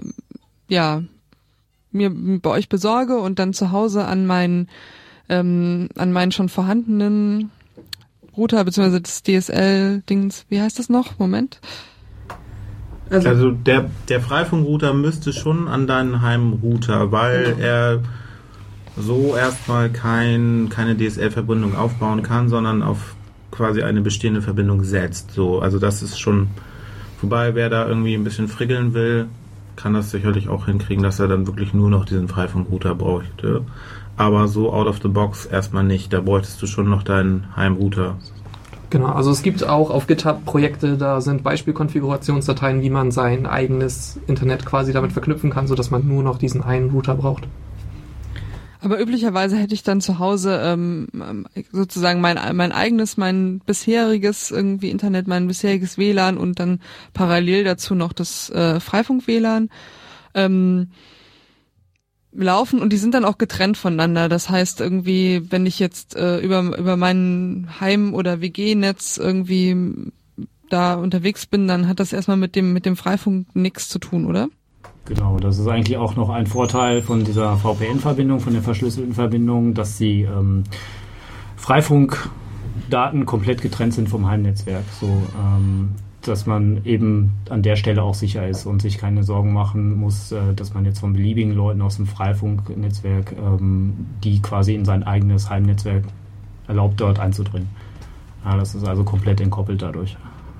mir bei euch besorge und dann zu Hause an meinen schon vorhandenen Router bzw. das DSL-Dings, wie heißt das noch? Moment. Also der Freifunk-Router müsste schon an deinen Heimrouter, weil er so erstmal keine DSL-Verbindung aufbauen kann, sondern auf quasi eine bestehende Verbindung setzt. So, also das ist schon. Wobei, wer da irgendwie ein bisschen frickeln will, kann das sicherlich auch hinkriegen, dass er dann wirklich nur noch diesen Freifunk-Router bräuchte. Aber so out of the box erstmal nicht. Da bräuchtest du schon noch deinen Heimrouter. Genau, also es gibt auch auf GitHub Projekte, da sind Beispielkonfigurationsdateien, wie man sein eigenes Internet quasi damit verknüpfen kann, sodass man nur noch diesen einen Router braucht. Aber üblicherweise hätte ich dann zu Hause sozusagen mein bisheriges irgendwie Internet, mein bisheriges WLAN und dann parallel dazu noch das Freifunk-WLAN laufen und die sind dann auch getrennt voneinander. Das heißt irgendwie, wenn ich jetzt über mein Heim- oder WG-Netz irgendwie da unterwegs bin, dann hat das erstmal mit dem Freifunk nichts zu tun, oder? Genau, das ist eigentlich auch noch ein Vorteil von dieser VPN-Verbindung, von der verschlüsselten Verbindung, dass die Freifunkdaten komplett getrennt sind vom Heimnetzwerk, so dass man eben an der Stelle auch sicher ist und sich keine Sorgen machen muss, dass man jetzt von beliebigen Leuten aus dem Freifunknetzwerk, die quasi in sein eigenes Heimnetzwerk erlaubt, dort einzudringen. Ja, das ist also komplett entkoppelt dadurch.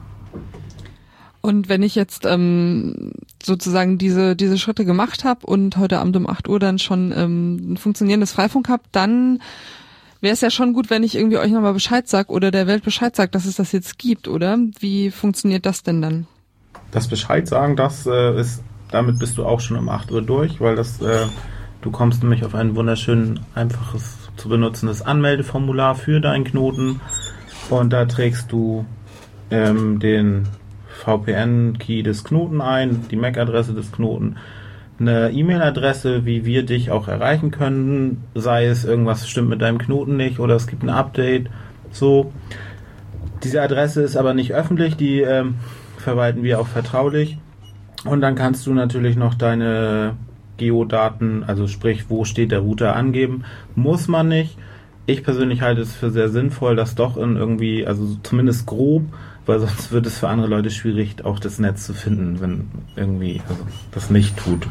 Und wenn ich jetzt sozusagen diese Schritte gemacht habe und heute Abend um 8 Uhr dann schon ein funktionierendes Freifunk habe, dann wäre es ja schon gut, wenn ich irgendwie euch nochmal Bescheid sag oder der Welt Bescheid sagt, dass es das jetzt gibt, oder? Wie funktioniert das denn dann? Das Bescheid sagen, damit bist du auch schon um 8 Uhr durch, weil du kommst nämlich auf ein wunderschön einfaches zu benutzendes Anmeldeformular für deinen Knoten und da trägst du den VPN-Key des Knoten ein, die MAC-Adresse des Knoten, eine E-Mail-Adresse, wie wir dich auch erreichen können, sei es irgendwas stimmt mit deinem Knoten nicht oder es gibt ein Update, so. Diese Adresse ist aber nicht öffentlich, die verwalten wir auch vertraulich. Und dann kannst du natürlich noch deine Geodaten, also sprich, wo steht der Router, angeben. Muss man nicht. Ich persönlich halte es für sehr sinnvoll, das doch in irgendwie, also zumindest grob, weil sonst wird es für andere Leute schwierig, auch das Netz zu finden, wenn irgendwie das nicht tut.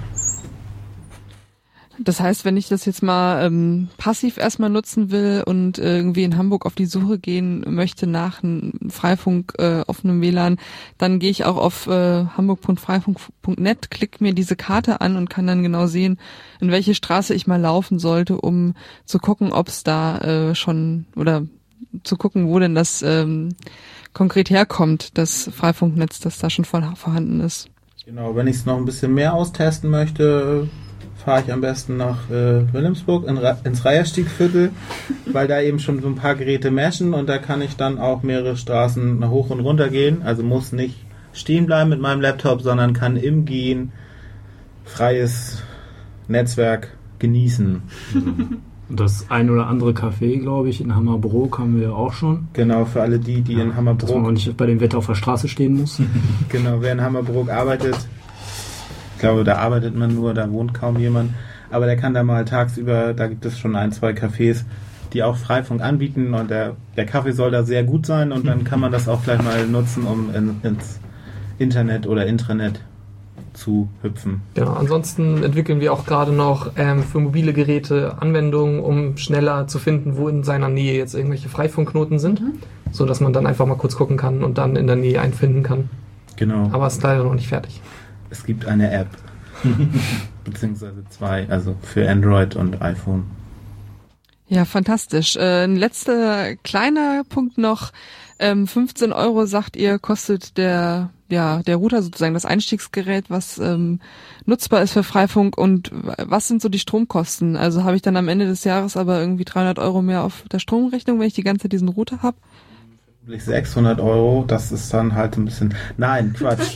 Das heißt, wenn ich das jetzt mal passiv erstmal nutzen will und irgendwie in Hamburg auf die Suche gehen möchte nach einem Freifunk auf einem WLAN, dann gehe ich auch auf hamburg.freifunk.net, klicke mir diese Karte an und kann dann genau sehen, in welche Straße ich mal laufen sollte, um zu gucken, ob es da schon, oder zu gucken, wo denn das konkret herkommt, das Freifunknetz, das da schon vorhanden ist. Genau, wenn ich es noch ein bisschen mehr austesten möchte, fahre ich am besten nach Wilhelmsburg ins Reiherstiegviertel, weil da eben schon so ein paar Geräte meshen und da kann ich dann auch mehrere Straßen nach hoch und runter gehen. Also muss nicht stehen bleiben mit meinem Laptop, sondern kann im Gehen freies Netzwerk genießen. Das ein oder andere Café, glaube ich, in Hammerbrook haben wir auch schon. Genau, für alle die in Hammerbrook... Dass man auch nicht bei dem Wetter auf der Straße stehen muss. Genau, wer in Hammerbrook arbeitet... Ich glaube, da arbeitet man nur, da wohnt kaum jemand. Aber der kann da mal tagsüber, da gibt es schon 1-2 Cafés, die auch Freifunk anbieten und der Kaffee soll da sehr gut sein und dann kann man das auch gleich mal nutzen, um ins Internet oder Intranet zu hüpfen. Genau, ansonsten entwickeln wir auch gerade noch für mobile Geräte Anwendungen, um schneller zu finden, wo in seiner Nähe jetzt irgendwelche Freifunkknoten sind, so dass man dann einfach mal kurz gucken kann und dann in der Nähe einen finden kann. Genau. Aber es ist leider noch nicht fertig. Es gibt eine App, beziehungsweise 2, also für Android und iPhone. Ja, fantastisch. Ein letzter kleiner Punkt noch. 15 € sagt ihr, kostet der Router sozusagen, das Einstiegsgerät, was nutzbar ist für Freifunk. Und was sind so die Stromkosten? Also habe ich dann am Ende des Jahres aber irgendwie 300 € mehr auf der Stromrechnung, wenn ich die ganze Zeit diesen Router habe? 600 €, das ist dann halt ein bisschen... Nein, Quatsch.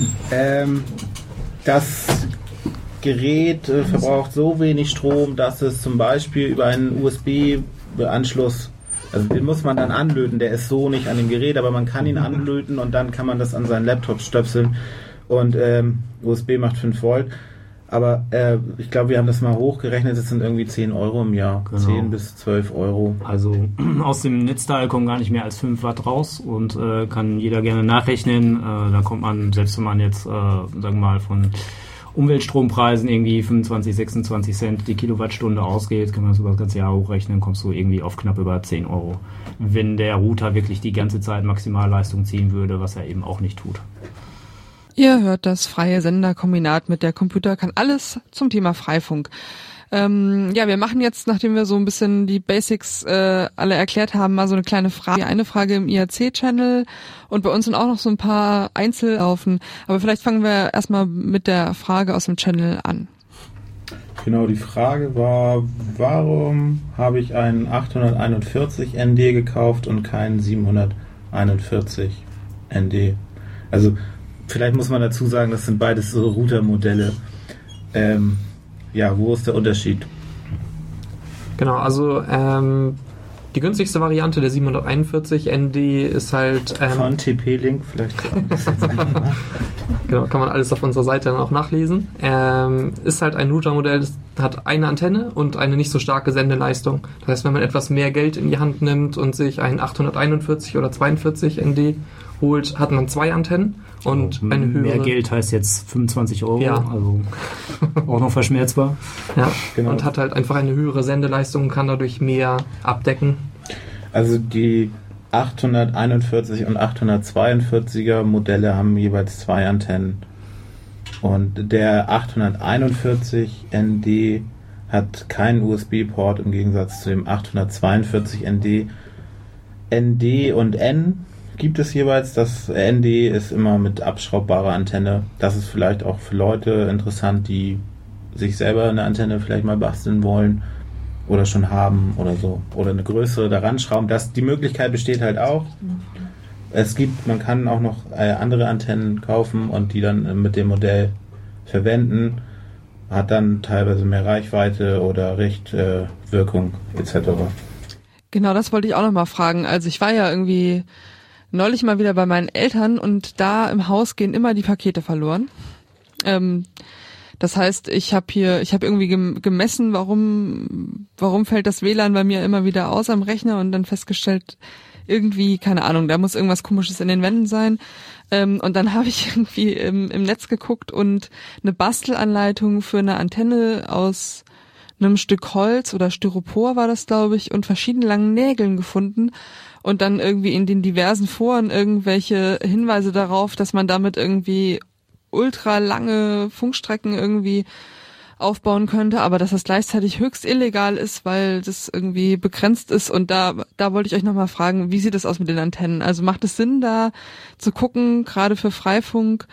Das Gerät verbraucht so wenig Strom, dass es zum Beispiel über einen USB-Anschluss, also den muss man dann anlöten, der ist so nicht an dem Gerät, aber man kann ihn anlöten und dann kann man das an seinen Laptop stöpseln und USB macht 5 Volt. Aber ich glaube, wir haben das mal hochgerechnet, das sind irgendwie 10 € im Jahr. Genau. 10 bis 12 €. Also aus dem Netzteil kommen gar nicht mehr als 5 Watt raus und kann jeder gerne nachrechnen. Da kommt man, selbst wenn man jetzt, sagen wir mal, von Umweltstrompreisen irgendwie 25, 26 Cent die Kilowattstunde ausgeht, kann man das über das ganze Jahr hochrechnen, kommst du irgendwie auf knapp über 10 €. Wenn der Router wirklich die ganze Zeit Maximalleistung ziehen würde, was er eben auch nicht tut. Ihr hört das freie Senderkombinat mit der Computer kann alles zum Thema Freifunk. Wir machen jetzt, nachdem wir so ein bisschen die Basics alle erklärt haben, mal so eine kleine Frage. Eine Frage im IRC-Channel und bei uns sind auch noch so ein paar Einzellaufen. Aber vielleicht fangen wir erstmal mit der Frage aus dem Channel an. Genau, die Frage war, warum habe ich einen 841 ND gekauft und keinen 741 ND? Also vielleicht muss man dazu sagen, das sind beides so Router-Modelle. Wo ist der Unterschied? Genau, also die günstigste Variante der 741 ND ist halt... Von TP-Link vielleicht. Genau, kann man alles auf unserer Seite dann auch nachlesen. Ist halt ein Router-Modell, das hat eine Antenne und eine nicht so starke Sendeleistung. Das heißt, wenn man etwas mehr Geld in die Hand nimmt und sich einen 841 oder 42 ND holt, hat man 2 Antennen und eine höhere... Mehr Geld heißt jetzt 25 €, ja. Also auch noch verschmerzbar. Ja, genau. Und hat halt einfach eine höhere Sendeleistung und kann dadurch mehr abdecken. Also die 841 und 842er Modelle haben jeweils 2 Antennen. Und der 841 ND hat keinen USB-Port im Gegensatz zu dem 842 ND. ND und N gibt es jeweils. Das ND ist immer mit abschraubbarer Antenne. Das ist vielleicht auch für Leute interessant, die sich selber eine Antenne vielleicht mal basteln wollen oder schon haben oder so. Oder eine größere daran schrauben. Die Möglichkeit besteht halt auch. Man kann auch noch andere Antennen kaufen und die dann mit dem Modell verwenden. Hat dann teilweise mehr Reichweite oder Richtwirkung etc. Genau, das wollte ich auch noch mal fragen. Also ich war ja irgendwie neulich mal wieder bei meinen Eltern und da im Haus gehen immer die Pakete verloren. Das heißt, ich habe irgendwie gemessen, warum fällt das WLAN bei mir immer wieder aus am Rechner und dann festgestellt, irgendwie, keine Ahnung, da muss irgendwas Komisches in den Wänden sein. Und dann habe ich irgendwie im Netz geguckt und eine Bastelanleitung für eine Antenne aus einem Stück Holz oder Styropor war das, glaube ich, und verschiedenen langen Nägeln gefunden und dann irgendwie in den diversen Foren irgendwelche Hinweise darauf, dass man damit irgendwie ultra lange Funkstrecken irgendwie aufbauen könnte, aber dass das gleichzeitig höchst illegal ist, weil das irgendwie begrenzt ist. Und da wollte ich euch nochmal fragen, wie sieht das aus mit den Antennen? Also macht es Sinn, da zu gucken, gerade für Freifunk,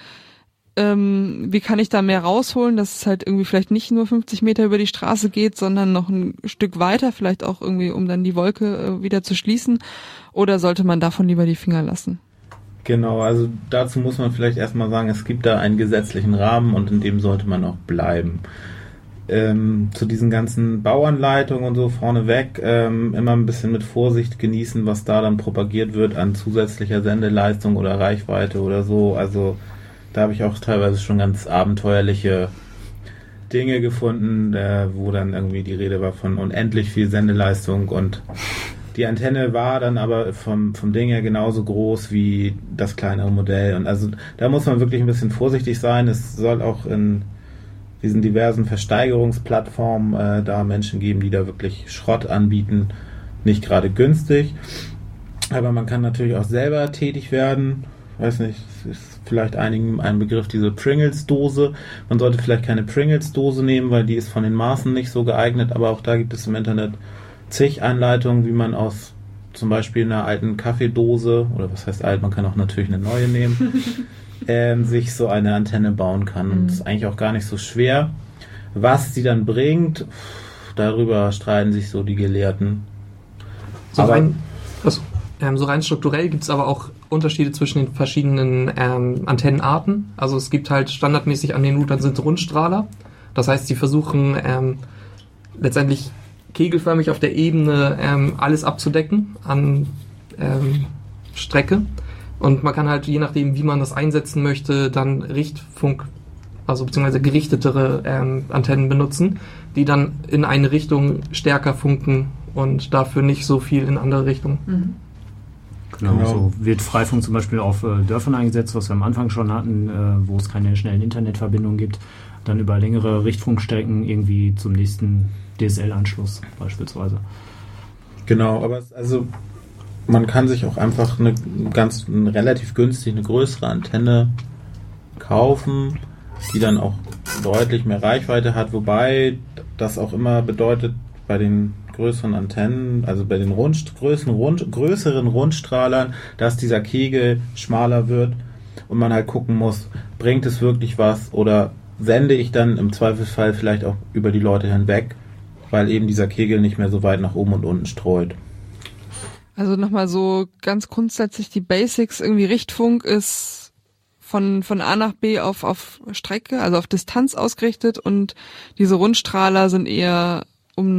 wie kann ich da mehr rausholen, dass es halt irgendwie vielleicht nicht nur 50 Meter über die Straße geht, sondern noch ein Stück weiter, vielleicht auch irgendwie, um dann die Wolke wieder zu schließen? Oder sollte man davon lieber die Finger lassen? Genau, also dazu muss man vielleicht erstmal sagen, es gibt da einen gesetzlichen Rahmen und in dem sollte man auch bleiben. Zu diesen ganzen Bauanleitungen und so vorneweg immer ein bisschen mit Vorsicht genießen, was da dann propagiert wird an zusätzlicher Sendeleistung oder Reichweite oder so. Also da habe ich auch teilweise schon ganz abenteuerliche Dinge gefunden, wo dann irgendwie die Rede war von unendlich viel Sendeleistung und die Antenne war dann aber vom Ding her genauso groß wie das kleinere Modell. Und also da muss man wirklich ein bisschen vorsichtig sein. Es soll auch in diesen diversen Versteigerungsplattformen da Menschen geben, die da wirklich Schrott anbieten. Nicht gerade günstig. Aber man kann natürlich auch selber tätig werden. Weiß nicht, es ist vielleicht einigen ein Begriff, diese Pringles-Dose. Man sollte vielleicht keine Pringles-Dose nehmen, weil die ist von den Maßen nicht so geeignet. Aber auch da gibt es im Internet zig Anleitungen, wie man aus zum Beispiel einer alten Kaffeedose, oder was heißt alt, man kann auch natürlich eine neue nehmen, sich so eine Antenne bauen kann. Und das ist eigentlich auch gar nicht so schwer. Was sie dann bringt, darüber streiten sich so die Gelehrten. So rein strukturell gibt es aber auch Unterschiede zwischen den verschiedenen Antennenarten. Also es gibt halt standardmäßig an den Routern sind Rundstrahler. Das heißt, sie versuchen letztendlich kegelförmig auf der Ebene alles abzudecken an Strecke. Und man kann halt, je nachdem, wie man das einsetzen möchte, dann Richtfunk, also beziehungsweise gerichtetere Antennen benutzen, die dann in eine Richtung stärker funken und dafür nicht so viel in andere Richtungen. Mhm. Genau, so wird Freifunk zum Beispiel auf Dörfern eingesetzt, was wir am Anfang schon hatten, wo es keine schnellen Internetverbindungen gibt, dann über längere Richtfunkstrecken irgendwie zum nächsten DSL-Anschluss beispielsweise. Genau, aber also man kann sich auch einfach relativ günstig eine größere Antenne kaufen, die dann auch deutlich mehr Reichweite hat, wobei das auch immer bedeutet, bei den größeren Antennen, also bei den größeren Rundstrahlern, dass dieser Kegel schmaler wird und man halt gucken muss, bringt es wirklich was oder sende ich dann im Zweifelsfall vielleicht auch über die Leute hinweg, weil eben dieser Kegel nicht mehr so weit nach oben und unten streut. Also nochmal so ganz grundsätzlich die Basics, irgendwie Richtfunk ist von A nach B auf Strecke, also auf Distanz ausgerichtet und diese Rundstrahler sind eher um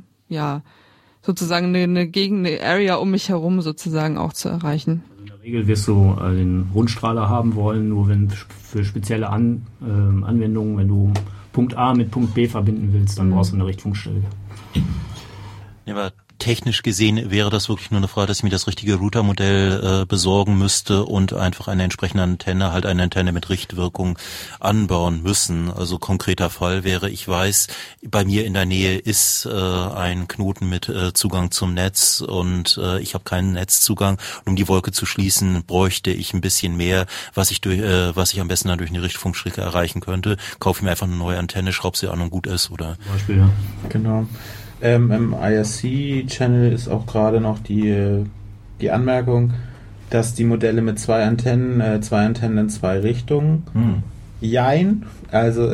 sozusagen eine Gegend, eine Area um mich herum sozusagen auch zu erreichen. In der Regel wirst du den Rundstrahler haben wollen, nur wenn für spezielle Anwendungen, wenn du Punkt A mit Punkt B verbinden willst, dann brauchst du eine Richtfunkstelle. Ja, aber technisch gesehen wäre das wirklich nur eine Frage, dass ich mir das richtige Routermodell besorgen müsste und einfach eine entsprechende Antenne, halt eine Antenne mit Richtwirkung anbauen müssen. Also konkreter Fall wäre, ich weiß, bei mir in der Nähe ist ein Knoten mit Zugang zum Netz und ich habe keinen Netzzugang. Und um die Wolke zu schließen, bräuchte ich ein bisschen mehr, was ich am besten dann durch eine Richtfunkstrecke erreichen könnte. Kaufe mir einfach eine neue Antenne, schraube sie an und gut ist, oder? Zum Beispiel, ja. Genau. Im IRC-Channel ist auch gerade noch die Anmerkung, dass die Modelle mit zwei Antennen in zwei Richtungen. Jein. Also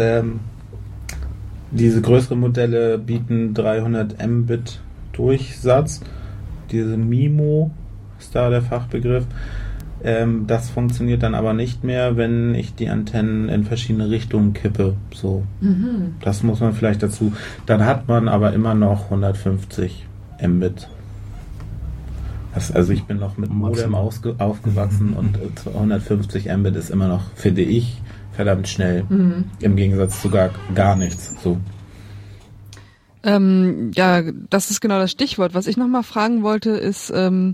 diese größeren Modelle bieten 300 Mbit Durchsatz. Diese MIMO ist da der Fachbegriff. Das funktioniert dann aber nicht mehr, wenn ich die Antennen in verschiedene Richtungen kippe. So, Das muss man vielleicht dazu. Dann hat man aber immer noch 150 Mbit. Also ich bin noch mit Modem aufgewachsen und 150 Mbit ist immer noch, finde ich, verdammt schnell. Im Gegensatz zu gar nichts. So. Ja, das ist genau das Stichwort. Was ich nochmal fragen wollte, ist,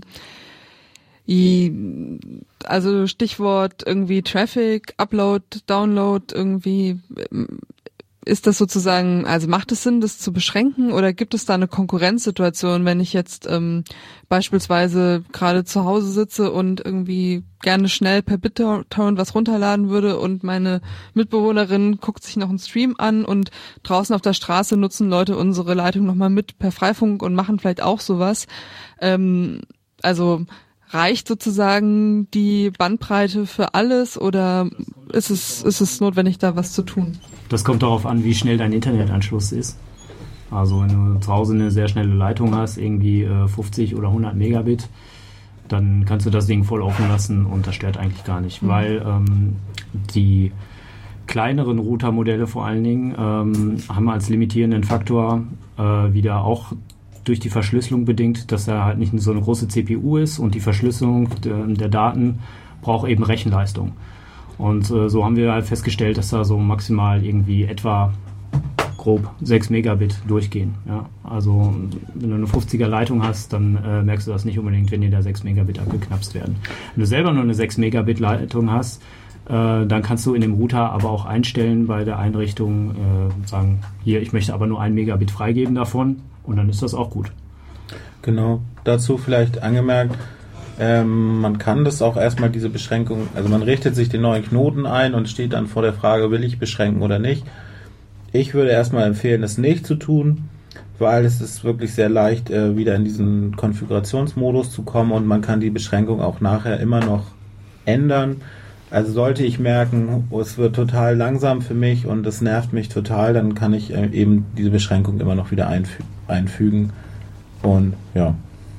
also Stichwort irgendwie Traffic, Upload, Download, irgendwie, ist das sozusagen, also macht es Sinn, das zu beschränken, oder gibt es da eine Konkurrenzsituation, wenn ich jetzt beispielsweise gerade zu Hause sitze und irgendwie gerne schnell per BitTorrent was runterladen würde und meine Mitbewohnerin guckt sich noch einen Stream an und draußen auf der Straße nutzen Leute unsere Leitung nochmal mit per Freifunk und machen vielleicht auch sowas. Also reicht sozusagen die Bandbreite für alles, oder ist es notwendig, da was zu tun? Das kommt darauf an, wie schnell dein Internetanschluss ist. Also wenn du zu Hause eine sehr schnelle Leitung hast, irgendwie 50 oder 100 Megabit, dann kannst du das Ding voll offen lassen und das stört eigentlich gar nicht, weil die kleineren Routermodelle vor allen Dingen haben als limitierenden Faktor wieder auch durch die Verschlüsselung bedingt, dass er halt nicht so eine große CPU ist, und die Verschlüsselung der Daten braucht eben Rechenleistung. Und so haben wir halt festgestellt, dass da so maximal irgendwie etwa grob 6 Megabit durchgehen. Ja? Also wenn du eine 50er Leitung hast, dann merkst du das nicht unbedingt, wenn dir da 6 Megabit abgeknapst werden. Wenn du selber nur eine 6 Megabit Leitung hast, dann kannst du in dem Router aber auch einstellen bei der Einrichtung, sagen, hier, ich möchte aber nur 1 Megabit freigeben davon, und dann ist das auch gut. Genau, dazu vielleicht angemerkt, man kann das auch erstmal, diese Beschränkung, also man richtet sich den neuen Knoten ein und steht dann vor der Frage, will ich beschränken oder nicht. Ich würde erstmal empfehlen, es nicht zu tun, weil es ist wirklich sehr leicht, wieder in diesen Konfigurationsmodus zu kommen, und man kann die Beschränkung auch nachher immer noch ändern. Also sollte ich merken, es wird total langsam für mich und es nervt mich total, dann kann ich eben diese Beschränkung immer noch wieder einfügen. Und ja.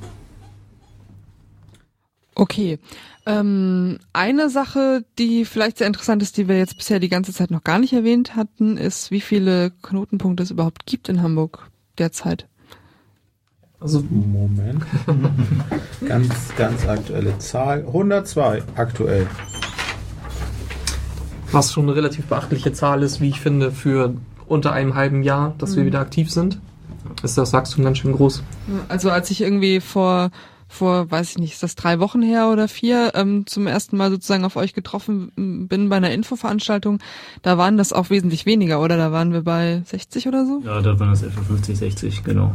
Okay. Eine Sache, die vielleicht sehr interessant ist, die wir jetzt bisher die ganze Zeit noch gar nicht erwähnt hatten, ist, wie viele Knotenpunkte es überhaupt gibt in Hamburg derzeit. Also Moment. ganz aktuelle Zahl. 102 aktuell. Was schon eine relativ beachtliche Zahl ist, wie ich finde, für unter einem halben Jahr, dass wir wieder aktiv sind. Ist das Wachstum ganz schön groß. Also als ich irgendwie vor, weiß ich nicht, ist das 3 Wochen her oder 4, zum ersten Mal sozusagen auf euch getroffen bin bei einer Infoveranstaltung, da waren das auch wesentlich weniger, oder? Da waren wir bei 60 oder so? Ja, da waren das etwa 50, 60, genau.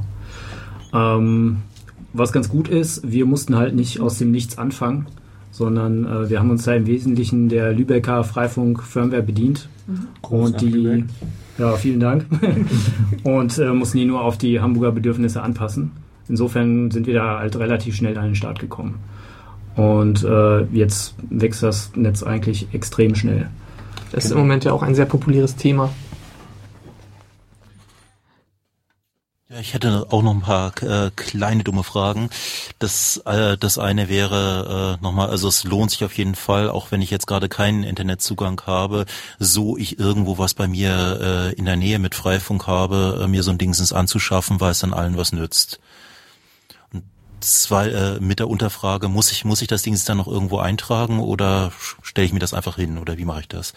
Was ganz gut ist, wir mussten halt nicht aus dem Nichts anfangen, sondern wir haben uns da im Wesentlichen der Lübecker Freifunk-Firmware bedient. Und die, ja, vielen Dank. Und mussten die nur auf die Hamburger Bedürfnisse anpassen. Insofern sind wir da halt relativ schnell an den Start gekommen. Und jetzt wächst das Netz eigentlich extrem schnell. Das ist im Moment ja auch ein sehr populäres Thema. Ja, ich hätte auch noch ein paar kleine dumme Fragen. Das eine wäre nochmal, also es lohnt sich auf jeden Fall, auch wenn ich jetzt gerade keinen Internetzugang habe, so ich irgendwo was bei mir in der Nähe mit Freifunk habe, mir so ein Dingsens anzuschaffen, weil es dann allen was nützt. Und mit der Unterfrage, muss ich das Ding dann noch irgendwo eintragen, oder stelle ich mir das einfach hin, oder wie mache ich das?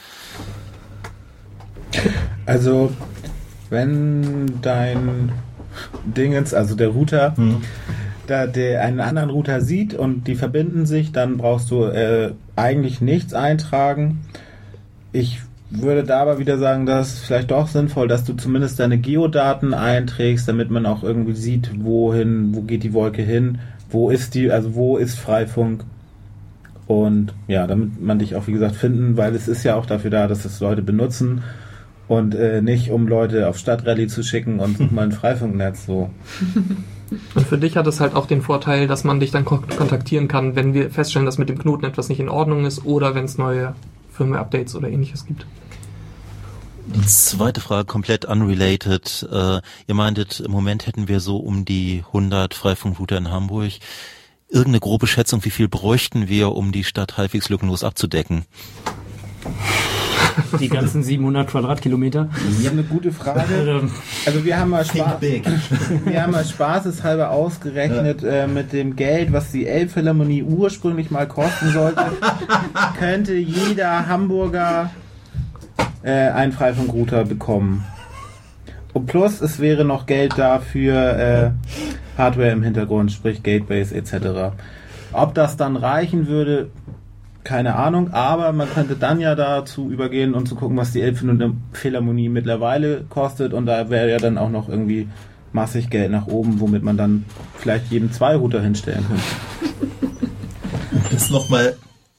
Also wenn dein Dingens, also der Router, da der einen anderen Router sieht und die verbinden sich, dann brauchst du eigentlich nichts eintragen. Ich würde da aber wieder sagen, dass es vielleicht doch sinnvoll, dass du zumindest deine Geodaten einträgst, damit man auch irgendwie sieht, wo geht die Wolke hin, wo ist Freifunk, und ja, damit man dich auch, wie gesagt, finden, weil es ist ja auch dafür da, dass es Leute benutzen. Und nicht, um Leute auf Stadtrallye zu schicken und such mal ein Freifunknetz so. Und für dich hat es halt auch den Vorteil, dass man dich dann kontaktieren kann, wenn wir feststellen, dass mit dem Knoten etwas nicht in Ordnung ist, oder wenn es neue Firmware-Updates oder ähnliches gibt. Die zweite Frage, komplett unrelated. Ihr meintet, im Moment hätten wir so um die 100 Freifunkrouter in Hamburg. Irgendeine grobe Schätzung, wie viel bräuchten wir, um die Stadt halbwegs lückenlos abzudecken? Die ganzen 700 Quadratkilometer. Ich habe eine gute Frage. Also wir haben mal spaßeshalber ausgerechnet, mit dem Geld, was die Elbphilharmonie ursprünglich mal kosten sollte, könnte jeder Hamburger einen Freifunkrouter bekommen. Und plus, es wäre noch Geld da für Hardware im Hintergrund, sprich Gateways etc. Ob das dann reichen würde, keine Ahnung, aber man könnte dann ja dazu übergehen und zu gucken, was die Elbphilharmonie mittlerweile kostet, und da wäre ja dann auch noch irgendwie massig Geld nach oben, womit man dann vielleicht jedem 2 Router hinstellen könnte. Jetzt nochmal: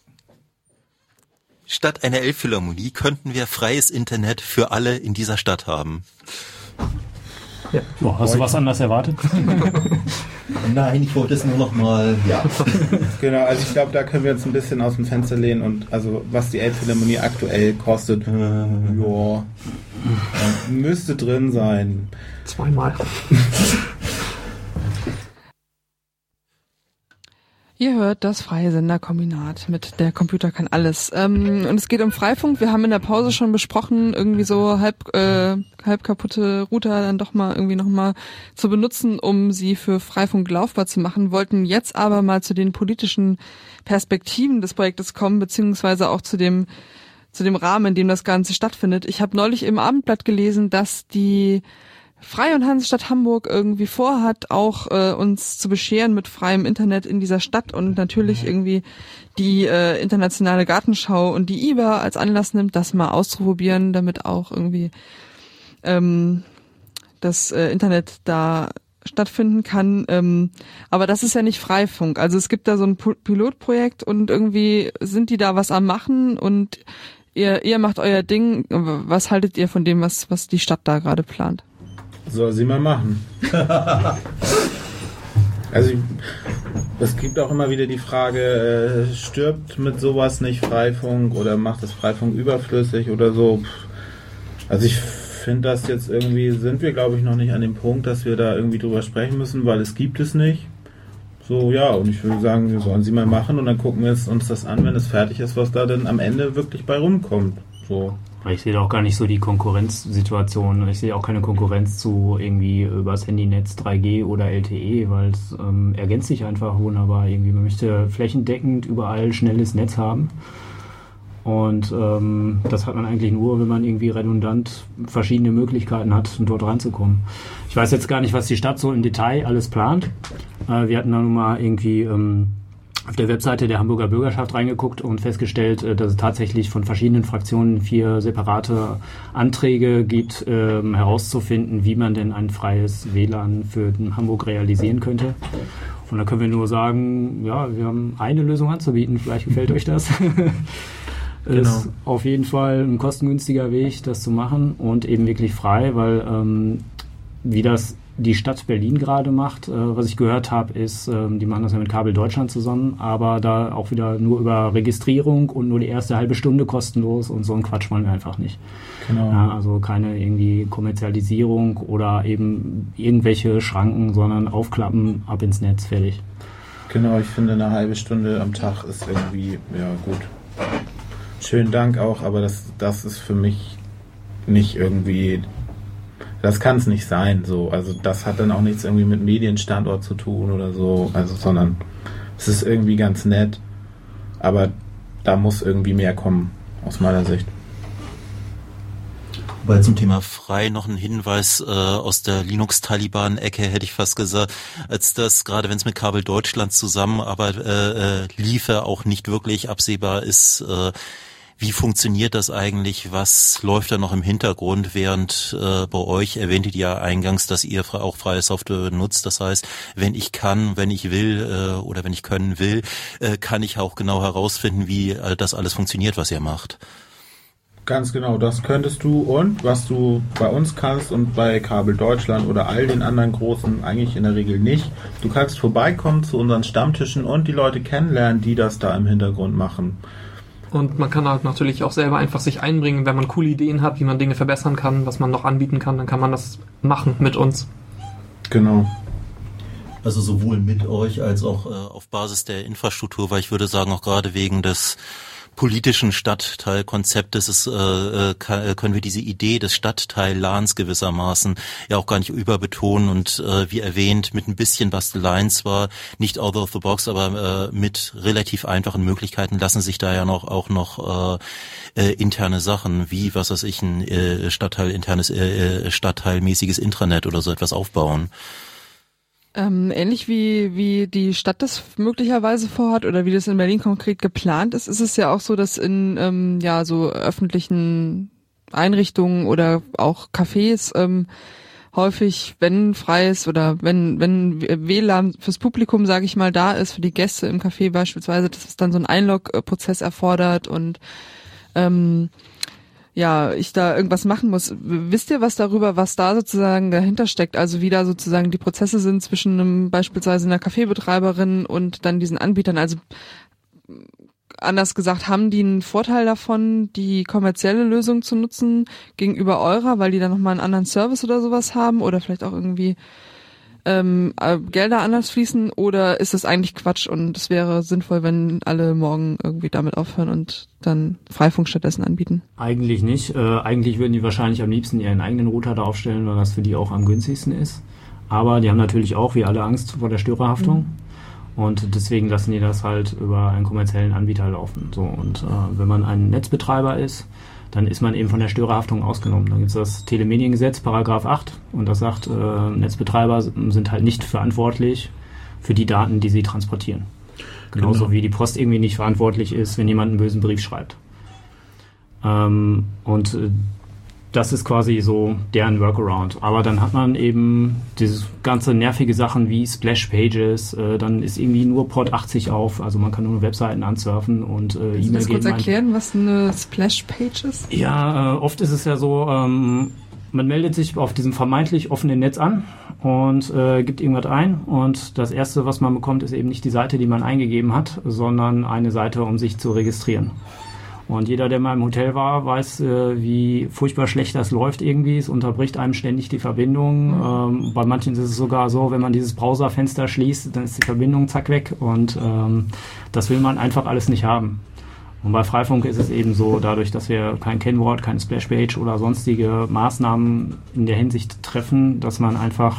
Statt einer Elbphilharmonie könnten wir freies Internet für alle in dieser Stadt haben. Ja. Oh, hast du was anderes erwartet? Nein, ich wollte es nur noch mal, ja. Genau, also ich glaube, da können wir uns ein bisschen aus dem Fenster lehnen, und also was die Elbphilharmonie aktuell kostet, müsste drin sein. 2-mal. Ihr hört das Freie Senderkombinat mit Der Computer kann alles. Und es geht um Freifunk. Wir haben in der Pause schon besprochen, irgendwie so halb kaputte Router dann doch mal irgendwie nochmal zu benutzen, um sie für Freifunk laufbar zu machen. Wollten jetzt aber mal zu den politischen Perspektiven des Projektes kommen, beziehungsweise auch zu dem Rahmen, in dem das Ganze stattfindet. Ich habe neulich im Abendblatt gelesen, dass die Freie und Hansestadt Hamburg irgendwie vorhat, auch uns zu bescheren mit freiem Internet in dieser Stadt, und natürlich irgendwie die internationale Gartenschau und die IBA als Anlass nimmt, das mal auszuprobieren, damit auch irgendwie das Internet da stattfinden kann. Aber das ist ja nicht Freifunk. Also es gibt da so ein Pilotprojekt, und irgendwie sind die da was am Machen, und ihr macht euer Ding. Was haltet ihr von dem, was die Stadt da gerade plant? Soll sie mal machen. Also es gibt auch immer wieder die Frage, stirbt mit sowas nicht Freifunk oder macht es Freifunk überflüssig oder so? Also ich finde das jetzt irgendwie, sind wir glaube ich noch nicht an dem Punkt, dass wir da irgendwie drüber sprechen müssen, weil es gibt es nicht. So, ja, und ich würde sagen, wir sollen sie mal machen, und dann gucken wir uns das an, wenn es fertig ist, was da denn am Ende wirklich bei rumkommt. So. Ich sehe da auch gar nicht so die Konkurrenzsituation. Ich sehe auch keine Konkurrenz zu irgendwie übers Handynetz 3G oder LTE, weil es ergänzt sich einfach wunderbar. Irgendwie, man möchte flächendeckend überall schnelles Netz haben. Und das hat man eigentlich nur, wenn man irgendwie redundant verschiedene Möglichkeiten hat, dort reinzukommen. Ich weiß jetzt gar nicht, was die Stadt so im Detail alles plant. Wir hatten da nun mal irgendwie auf der Webseite der Hamburger Bürgerschaft reingeguckt und festgestellt, dass es tatsächlich von verschiedenen Fraktionen 4 separate Anträge gibt, herauszufinden, wie man denn ein freies WLAN für Hamburg realisieren könnte. Und da können wir nur sagen, ja, wir haben eine Lösung anzubieten, vielleicht gefällt euch das. Genau. Ist auf jeden Fall ein kostengünstiger Weg, das zu machen, und eben wirklich frei, weil wie das die Stadt Berlin gerade macht, was ich gehört habe, ist, die machen das ja mit Kabel Deutschland zusammen, aber da auch wieder nur über Registrierung und nur die erste halbe Stunde kostenlos, und so ein Quatsch wollen wir einfach nicht. Genau. Ja, also keine irgendwie Kommerzialisierung oder eben irgendwelche Schranken, sondern aufklappen, ab ins Netz, fertig. Genau, ich finde, eine halbe Stunde am Tag ist irgendwie, ja gut. Schönen Dank auch, aber das ist für mich nicht irgendwie... Das kann es nicht sein, so. Also das hat dann auch nichts irgendwie mit Medienstandort zu tun oder so, also sondern es ist irgendwie ganz nett, aber da muss irgendwie mehr kommen, aus meiner Sicht. Weil zum Thema frei noch ein Hinweis aus der Linux-Taliban-Ecke, hätte ich fast gesagt, als das, gerade wenn es mit Kabel Deutschland zusammenarbeitet, liefe, auch nicht wirklich absehbar ist, wie funktioniert das eigentlich? Was läuft da noch im Hintergrund? Während bei euch erwähntet ihr eingangs, dass ihr auch freie Software nutzt. Das heißt, wenn ich kann, wenn ich will oder wenn ich können will, kann ich auch genau herausfinden, wie das alles funktioniert, was ihr macht. Ganz genau, das könntest du, und was du bei uns kannst und bei Kabel Deutschland oder all den anderen großen eigentlich in der Regel nicht. Du kannst vorbeikommen zu unseren Stammtischen und die Leute kennenlernen, die das da im Hintergrund machen. Und man kann halt natürlich auch selber einfach sich einbringen, wenn man coole Ideen hat, wie man Dinge verbessern kann, was man noch anbieten kann, dann kann man das machen mit uns. Genau. Also sowohl mit euch als auch auf Basis der Infrastruktur, weil ich würde sagen, auch gerade wegen des politischen Stadtteilkonzeptes können wir diese Idee des Stadtteil-LANs gewissermaßen ja auch gar nicht überbetonen und wie erwähnt, mit ein bisschen Basteleien zwar, nicht out of the box, aber mit relativ einfachen Möglichkeiten lassen sich da ja auch noch interne Sachen wie, was weiß ich, ein internes stadtteilmäßiges Intranet oder so etwas aufbauen. Ähnlich wie die Stadt das möglicherweise vorhat oder wie das in Berlin konkret geplant ist, ist es ja auch so, dass in so öffentlichen Einrichtungen oder auch Cafés häufig, wenn freies oder wenn WLAN fürs Publikum, sage ich mal, da ist, für die Gäste im Café beispielsweise, dass es dann so einen Einlog-Prozess erfordert und ich da irgendwas machen muss. Wisst ihr was darüber, was da sozusagen dahinter steckt? Also wie da sozusagen die Prozesse sind zwischen beispielsweise einer Kaffeebetreiberin und dann diesen Anbietern? Also anders gesagt, haben die einen Vorteil davon, die kommerzielle Lösung zu nutzen gegenüber eurer, weil die dann nochmal einen anderen Service oder sowas haben oder vielleicht auch irgendwie Gelder anders fließen, oder ist das eigentlich Quatsch und es wäre sinnvoll, wenn alle morgen irgendwie damit aufhören und dann Freifunk stattdessen anbieten? Eigentlich nicht. Eigentlich würden die wahrscheinlich am liebsten ihren eigenen Router da aufstellen, weil das für die auch am günstigsten ist. Aber die haben natürlich auch, wie alle, Angst vor der Störerhaftung. Und deswegen lassen die das halt über einen kommerziellen Anbieter laufen. So, und wenn man ein Netzbetreiber ist, dann ist man eben von der Störerhaftung ausgenommen. Dann gibt es das Telemediengesetz, Paragraph 8, und das sagt, Netzbetreiber sind halt nicht verantwortlich für die Daten, die sie transportieren. Genauso wie die Post irgendwie nicht verantwortlich ist, wenn jemand einen bösen Brief schreibt. Das ist quasi so deren Workaround. Aber dann hat man eben diese ganze nervige Sachen wie Splash-Pages, dann ist irgendwie nur Port 80 auf, also man kann nur Webseiten ansurfen und E-Mail geben. Kannst du kurz erklären, was eine Splash-Page ist? Ja, oft ist es ja so, man meldet sich auf diesem vermeintlich offenen Netz an und gibt irgendwas ein, und das Erste, was man bekommt, ist eben nicht die Seite, die man eingegeben hat, sondern eine Seite, um sich zu registrieren. Und jeder, der mal im Hotel war, weiß, wie furchtbar schlecht das läuft irgendwie. Es unterbricht einem ständig die Verbindung. Bei manchen ist es sogar so, wenn man dieses Browserfenster schließt, dann ist die Verbindung zack weg. Und das will man einfach alles nicht haben. Und bei Freifunk ist es eben so, dadurch, dass wir kein Kennwort, keine Splashpage oder sonstige Maßnahmen in der Hinsicht treffen, dass man einfach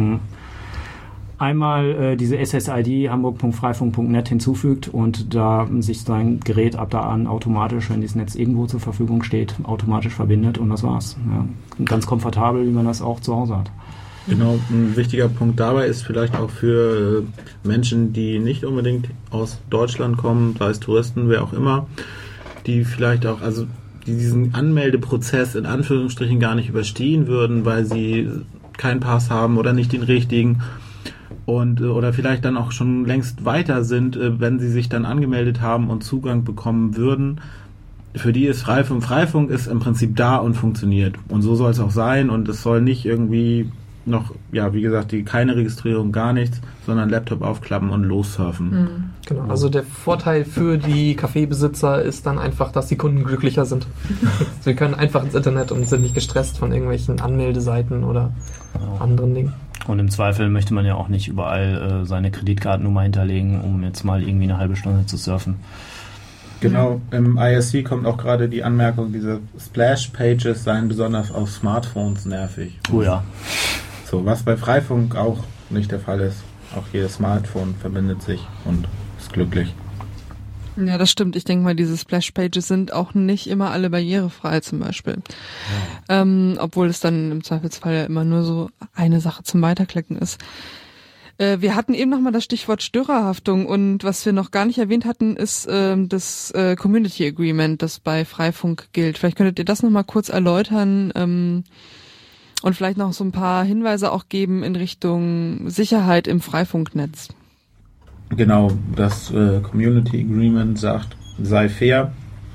einmal diese SSID hamburg.freifunk.net hinzufügt und da sich sein Gerät ab da an automatisch, wenn dieses Netz irgendwo zur Verfügung steht, automatisch verbindet, und das war's. Ja. Ganz komfortabel, wie man das auch zu Hause hat. Genau, ein wichtiger Punkt dabei ist vielleicht auch für Menschen, die nicht unbedingt aus Deutschland kommen, sei es Touristen, wer auch immer, die vielleicht auch, also die diesen Anmeldeprozess in Anführungsstrichen gar nicht überstehen würden, weil sie keinen Pass haben oder nicht den richtigen, und oder vielleicht dann auch schon längst weiter sind, wenn sie sich dann angemeldet haben und Zugang bekommen würden. Für die ist Freifunk. Freifunk ist im Prinzip da und funktioniert. Und so soll es auch sein, und es soll nicht irgendwie noch, ja, wie gesagt, keine Registrierung, gar nichts, sondern Laptop aufklappen und lossurfen. Genau, also der Vorteil für die Kaffeebesitzer ist dann einfach, dass die Kunden glücklicher sind. Sie können einfach ins Internet und sind nicht gestresst von irgendwelchen Anmeldeseiten oder anderen Dingen. Und im Zweifel möchte man ja auch nicht überall seine Kreditkartennummer hinterlegen, um jetzt mal irgendwie eine halbe Stunde zu surfen. Genau, im ISC kommt auch gerade die Anmerkung, diese Splash-Pages seien besonders auf Smartphones nervig. Oh ja. So, was bei Freifunk auch nicht der Fall ist. Auch jedes Smartphone verbindet sich und ist glücklich. Ja, das stimmt. Ich denke mal, diese Splash-Pages sind auch nicht immer alle barrierefrei zum Beispiel. Ja. Obwohl es dann im Zweifelsfall ja immer nur so eine Sache zum Weiterklicken ist. Wir hatten eben nochmal das Stichwort Störerhaftung, und was wir noch gar nicht erwähnt hatten, ist das Community Agreement, das bei Freifunk gilt. Vielleicht könntet ihr das nochmal kurz erläutern und vielleicht noch so ein paar Hinweise auch geben in Richtung Sicherheit im Freifunknetz. Genau, das Community Agreement sagt, sei fair,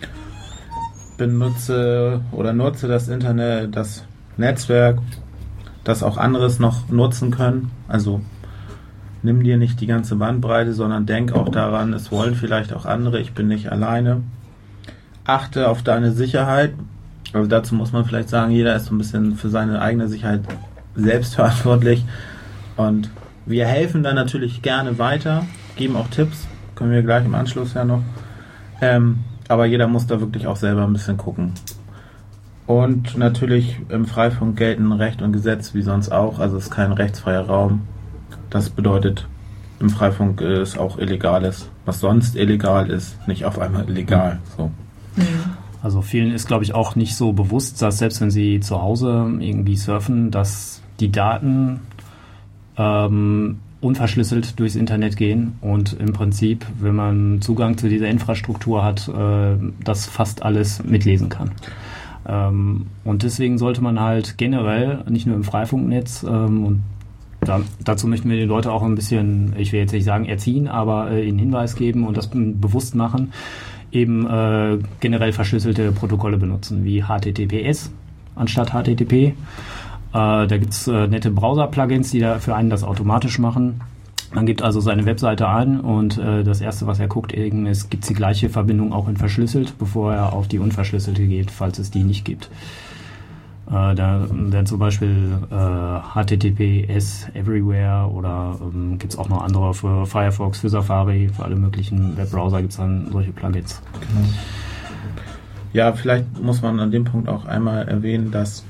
nutze das Internet, das Netzwerk, das auch anderes noch nutzen können. Also nimm dir nicht die ganze Bandbreite, sondern denk auch daran, es wollen vielleicht auch andere, ich bin nicht alleine. Achte auf deine Sicherheit. Also dazu muss man vielleicht sagen, jeder ist so ein bisschen für seine eigene Sicherheit selbst verantwortlich. Und wir helfen dann natürlich gerne weiter, geben auch Tipps, können wir gleich im Anschluss ja noch. aber jeder muss da wirklich auch selber ein bisschen gucken. Und natürlich im Freifunk gelten Recht und Gesetz wie sonst auch, also es ist kein rechtsfreier Raum. Das bedeutet, im Freifunk ist auch Illegales, was sonst illegal ist, nicht auf einmal illegal. So. Also vielen ist, glaube ich, auch nicht so bewusst, dass selbst wenn sie zu Hause irgendwie surfen, dass die Daten unverschlüsselt durchs Internet gehen und im Prinzip, wenn man Zugang zu dieser Infrastruktur hat, das fast alles mitlesen kann. Und deswegen sollte man halt generell, nicht nur im Freifunknetz, und dazu möchten wir die Leute auch ein bisschen, ich will jetzt nicht sagen erziehen, aber ihnen Hinweis geben und das bewusst machen, eben generell verschlüsselte Protokolle benutzen, wie HTTPS anstatt HTTP. Da gibt's nette Browser-Plugins, die da für einen das automatisch machen. Man gibt also seine Webseite an und das Erste, was er guckt, ist, gibt es die gleiche Verbindung auch in verschlüsselt, bevor er auf die unverschlüsselte geht, falls es die nicht gibt. Da werden zum Beispiel HTTPS Everywhere oder gibt es auch noch andere für Firefox, für Safari, für alle möglichen Webbrowser gibt es dann solche Plugins. Genau. Ja, vielleicht muss man an dem Punkt auch einmal erwähnen, dass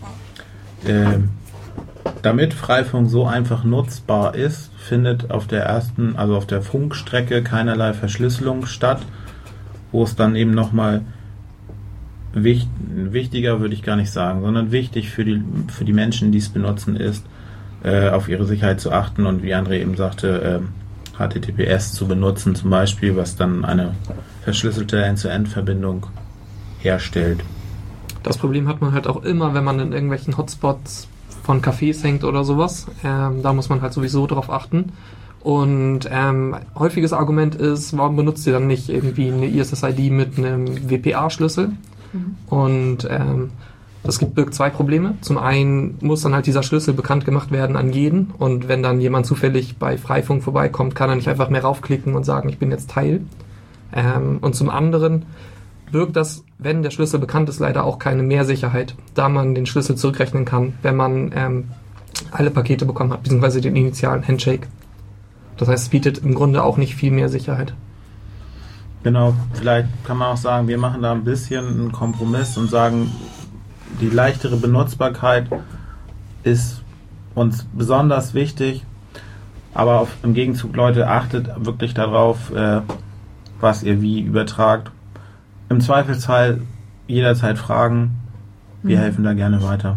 damit Freifunk so einfach nutzbar ist, findet auf der Funkstrecke keinerlei Verschlüsselung statt, wo es dann eben nochmal wichtiger, würde ich gar nicht sagen, sondern wichtig für die Menschen, die es benutzen, ist, auf ihre Sicherheit zu achten und wie André eben sagte, HTTPS zu benutzen zum Beispiel, was dann eine verschlüsselte End-to-End-Verbindung herstellt. Das Problem hat man halt auch immer, wenn man in irgendwelchen Hotspots von Cafés hängt oder sowas. Da muss man halt sowieso drauf achten. Und häufiges Argument ist, warum benutzt ihr dann nicht irgendwie eine ISSID mit einem WPA-Schlüssel? Und das birgt zwei Probleme. Zum einen muss dann halt dieser Schlüssel bekannt gemacht werden an jeden. Und wenn dann jemand zufällig bei Freifunk vorbeikommt, kann er nicht einfach mehr raufklicken und sagen, ich bin jetzt Teil. Und zum anderen birgt das, wenn der Schlüssel bekannt ist, leider auch keine Mehrsicherheit, da man den Schlüssel zurückrechnen kann, wenn man alle Pakete bekommen hat, beziehungsweise den initialen Handshake. Das heißt, es bietet im Grunde auch nicht viel mehr Sicherheit. Genau, vielleicht kann man auch sagen, wir machen da ein bisschen einen Kompromiss und sagen, die leichtere Benutzbarkeit ist uns besonders wichtig, aber im Gegenzug, Leute, achtet wirklich darauf, was ihr wie übertragt. Im Zweifelsfall jederzeit fragen. Wir helfen da gerne weiter.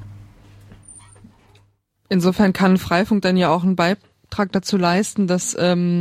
Insofern kann Freifunk dann ja auch einen Beitrag dazu leisten, dass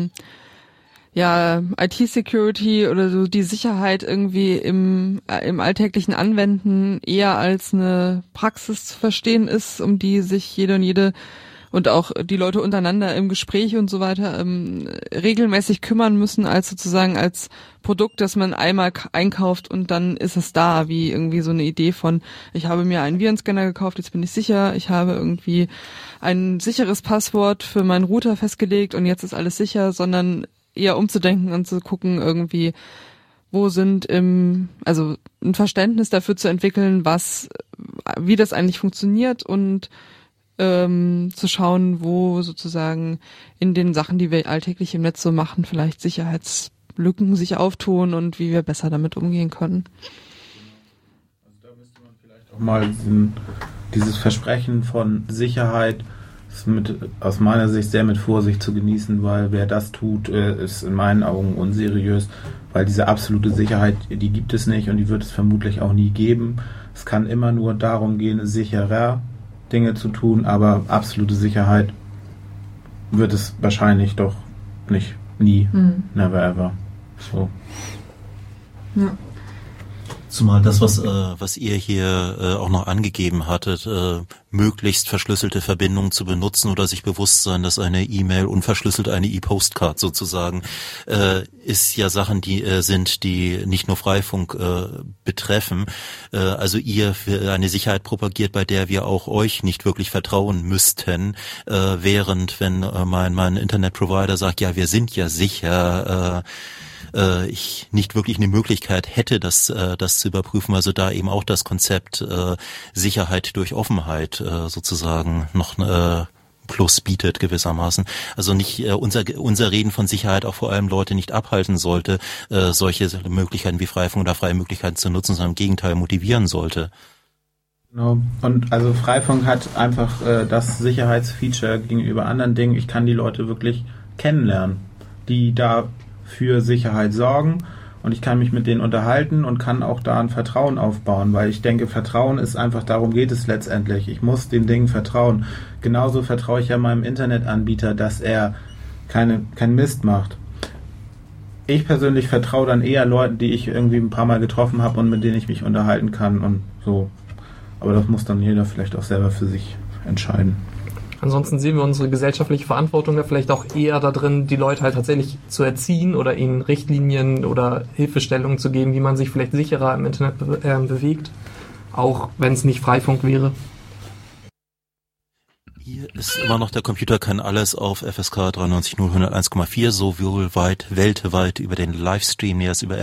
IT-Security oder so die Sicherheit irgendwie im alltäglichen Anwenden eher als eine Praxis zu verstehen ist, um die sich jeder und jede und auch die Leute untereinander im Gespräch und so weiter regelmäßig kümmern müssen, als sozusagen als Produkt, das man einmal einkauft und dann ist es da, wie irgendwie so eine Idee von, ich habe mir einen Virenscanner gekauft, jetzt bin ich sicher, ich habe irgendwie ein sicheres Passwort für meinen Router festgelegt und jetzt ist alles sicher, sondern eher umzudenken und zu gucken irgendwie, wo sind also ein Verständnis dafür zu entwickeln, wie das eigentlich funktioniert und zu schauen, wo sozusagen in den Sachen, die wir alltäglich im Netz so machen, vielleicht Sicherheitslücken sich auftun und wie wir besser damit umgehen können. Also da müsste man vielleicht auch mal dieses Versprechen von Sicherheit aus meiner Sicht sehr mit Vorsicht zu genießen, weil wer das tut, ist in meinen Augen unseriös, weil diese absolute Sicherheit, die gibt es nicht und die wird es vermutlich auch nie geben. Es kann immer nur darum gehen, sicherer Dinge zu tun, aber absolute Sicherheit wird es wahrscheinlich doch nicht, nie, never ever. So. Ja. Zumal das, was ihr hier auch noch angegeben hattet, möglichst verschlüsselte Verbindungen zu benutzen oder sich bewusst sein, dass eine E-Mail unverschlüsselt eine E-Postcard sozusagen ist ja Sachen, die nicht nur Freifunk betreffen. Also ihr für eine Sicherheit propagiert, bei der wir auch euch nicht wirklich vertrauen müssten, während wenn mein Internetprovider sagt, ja, wir sind ja sicher, ich nicht wirklich eine Möglichkeit hätte, das zu überprüfen. Also da eben auch das Konzept Sicherheit durch Offenheit sozusagen noch Plus bietet gewissermaßen. Also nicht unser Reden von Sicherheit auch vor allem Leute nicht abhalten sollte, solche Möglichkeiten wie Freifunk oder freie Möglichkeiten zu nutzen, sondern im Gegenteil motivieren sollte. Genau. Und also Freifunk hat einfach das Sicherheitsfeature gegenüber anderen Dingen. Ich kann die Leute wirklich kennenlernen, die da für Sicherheit sorgen, und ich kann mich mit denen unterhalten und kann auch da ein Vertrauen aufbauen, weil ich denke, Vertrauen ist einfach, darum geht es letztendlich. Ich muss den Dingen vertrauen. Genauso vertraue ich ja meinem Internetanbieter, dass er keinen Mist macht. Ich persönlich vertraue dann eher Leuten, die ich irgendwie ein paar Mal getroffen habe und mit denen ich mich unterhalten kann und so. Aber das muss dann jeder vielleicht auch selber für sich entscheiden. Ansonsten sehen wir unsere gesellschaftliche Verantwortung ja vielleicht auch eher da drin, die Leute halt tatsächlich zu erziehen oder ihnen Richtlinien oder Hilfestellungen zu geben, wie man sich vielleicht sicherer im Internet bewegt, auch wenn es nicht Freifunk wäre. Hier ist immer noch der Computer kann alles auf FSK 93.0.101,4 sowohl weltweit über den Livestream, der ist über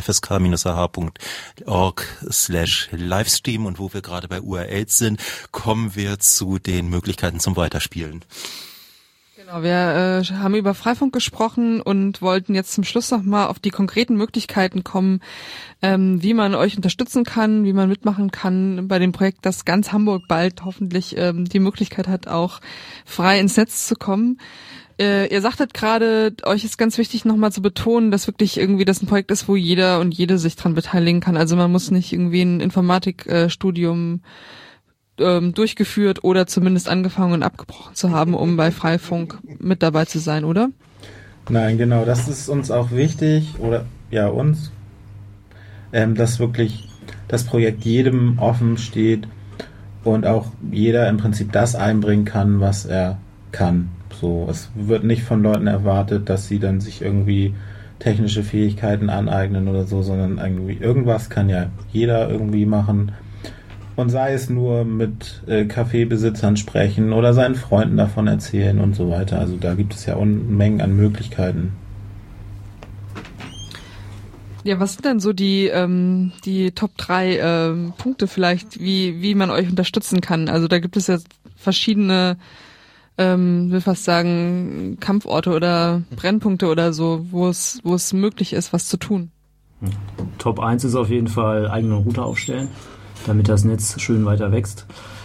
fsk-ah.org/Livestream, und wo wir gerade bei URLs sind, kommen wir zu den Möglichkeiten zum Weiterspielen. Genau, wir haben über Freifunk gesprochen und wollten jetzt zum Schluss nochmal auf die konkreten Möglichkeiten kommen, wie man euch unterstützen kann, wie man mitmachen kann bei dem Projekt, dass ganz Hamburg bald hoffentlich die Möglichkeit hat, auch frei ins Netz zu kommen. Ihr sagtet gerade, euch ist ganz wichtig nochmal zu betonen, dass wirklich irgendwie das ein Projekt ist, wo jeder und jede sich dran beteiligen kann. Also man muss nicht irgendwie ein Informatikstudium durchgeführt oder zumindest angefangen und abgebrochen zu haben, um bei Freifunk mit dabei zu sein, oder? Nein, genau, das ist uns auch wichtig, oder ja, uns, dass wirklich das Projekt jedem offen steht und auch jeder im Prinzip das einbringen kann, was er kann. So, es wird nicht von Leuten erwartet, dass sie dann sich irgendwie technische Fähigkeiten aneignen oder so, sondern irgendwie irgendwas kann ja jeder irgendwie machen. Und sei es nur mit Kaffeebesitzern sprechen oder seinen Freunden davon erzählen und so weiter. Also da gibt es ja Unmengen an Möglichkeiten. Ja, was sind denn so die Top 3 Punkte vielleicht, wie man euch unterstützen kann? Also da gibt es ja verschiedene, will fast sagen, Kampforte oder Brennpunkte oder so, wo es möglich ist, was zu tun. Top 1 ist auf jeden Fall eigene Router aufstellen, damit das Netz schön weiter wächst.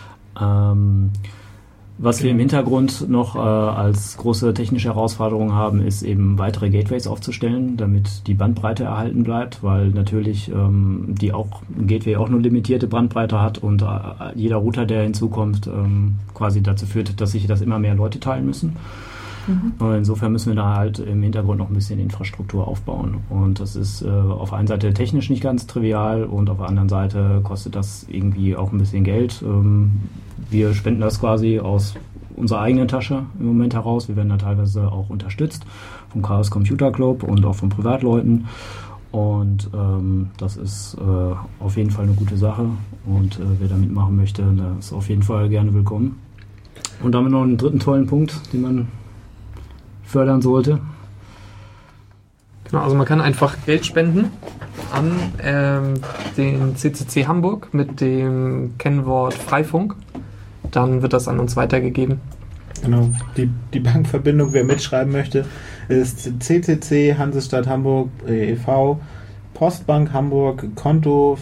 Was wir im Hintergrund noch als große technische Herausforderung haben, ist eben weitere Gateways aufzustellen, damit die Bandbreite erhalten bleibt, weil natürlich ein Gateway auch nur limitierte Bandbreite hat und jeder Router, der hinzukommt, quasi dazu führt, dass sich das immer mehr Leute teilen müssen. Insofern müssen wir da halt im Hintergrund noch ein bisschen Infrastruktur aufbauen. Und das ist auf der einen Seite technisch nicht ganz trivial und auf der anderen Seite kostet das irgendwie auch ein bisschen Geld. Wir spenden das quasi aus unserer eigenen Tasche im Moment heraus. Wir werden da teilweise auch unterstützt vom Chaos Computer Club und auch von Privatleuten. Und das ist auf jeden Fall eine gute Sache. Und wer da mitmachen möchte, der ist auf jeden Fall gerne willkommen. Und dann haben wir noch einen dritten tollen Punkt, den man fördern sollte. Genau, also man kann einfach Geld spenden an den CCC Hamburg mit dem Kennwort Freifunk. Dann wird das an uns weitergegeben. Genau, die Bankverbindung, wer mitschreiben möchte, ist CCC Hansestadt Hamburg e.V. Postbank Hamburg, Konto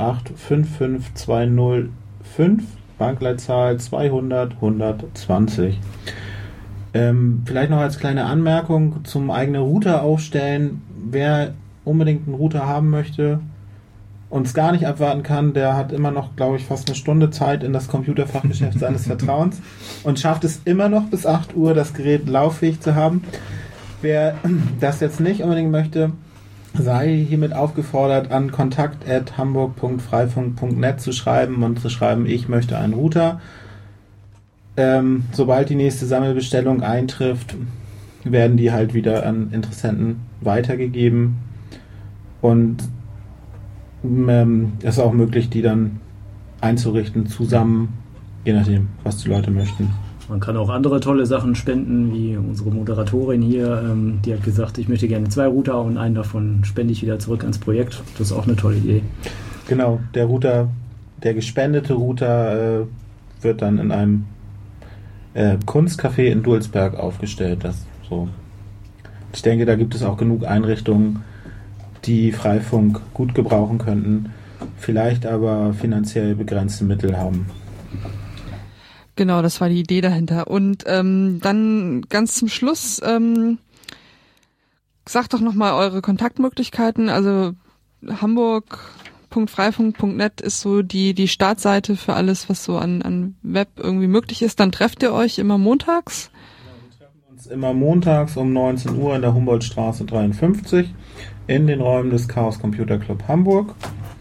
5855205, Bankleitzahl 200 120. Vielleicht noch als kleine Anmerkung zum eigenen Router aufstellen. Wer unbedingt einen Router haben möchte und es gar nicht abwarten kann, der hat immer noch, glaube ich, fast eine Stunde Zeit in das Computerfachgeschäft seines Vertrauens und schafft es immer noch bis 8 Uhr, das Gerät lauffähig zu haben. Wer das jetzt nicht unbedingt möchte, sei hiermit aufgefordert, an kontakt@hamburg.freifunk.net zu schreiben und zu schreiben, ich möchte einen Router. Sobald die nächste Sammelbestellung eintrifft, werden die halt wieder an Interessenten weitergegeben und es ist auch möglich, die dann einzurichten, zusammen, je nachdem, was die Leute möchten. Man kann auch andere tolle Sachen spenden, wie unsere Moderatorin hier, die hat gesagt, ich möchte gerne 2 Router und einen davon spende ich wieder zurück ans Projekt. Das ist auch eine tolle Idee. Genau, der gespendete Router wird dann in einem Kunstcafé in Dulsberg aufgestellt. Das so. Ich denke, da gibt es auch genug Einrichtungen, die Freifunk gut gebrauchen könnten, vielleicht aber finanziell begrenzte Mittel haben. Genau, das war die Idee dahinter. Und dann ganz zum Schluss, sagt doch nochmal eure Kontaktmöglichkeiten. Also hamburg.freifunk.net ist so die Startseite für alles, was so an Web irgendwie möglich ist. Dann trefft ihr euch immer montags? Ja, wir treffen uns immer montags um 19 Uhr in der Humboldtstraße 53 in den Räumen des Chaos Computer Club Hamburg.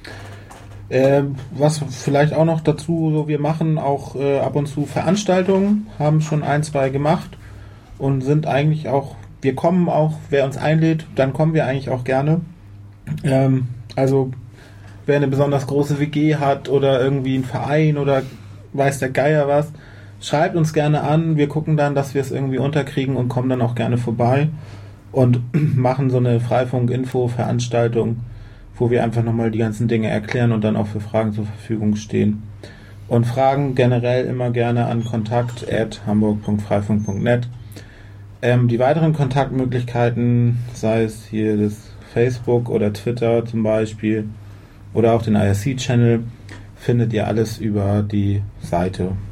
Was vielleicht auch noch dazu, so wir machen auch ab und zu Veranstaltungen, haben schon 1, 2 gemacht und sind eigentlich auch, wir kommen auch, wer uns einlädt, dann kommen wir eigentlich auch gerne. Also wer eine besonders große WG hat oder irgendwie einen Verein oder weiß der Geier was, schreibt uns gerne an, wir gucken dann, dass wir es irgendwie unterkriegen und kommen dann auch gerne vorbei und machen so eine Freifunk-Info-Veranstaltung, wo wir einfach nochmal die ganzen Dinge erklären und dann auch für Fragen zur Verfügung stehen. Und Fragen generell immer gerne an kontakt@hamburg.freifunk.net. Die weiteren Kontaktmöglichkeiten, sei es hier das Facebook oder Twitter zum Beispiel oder auch den IRC-Channel, findet ihr alles über die Seite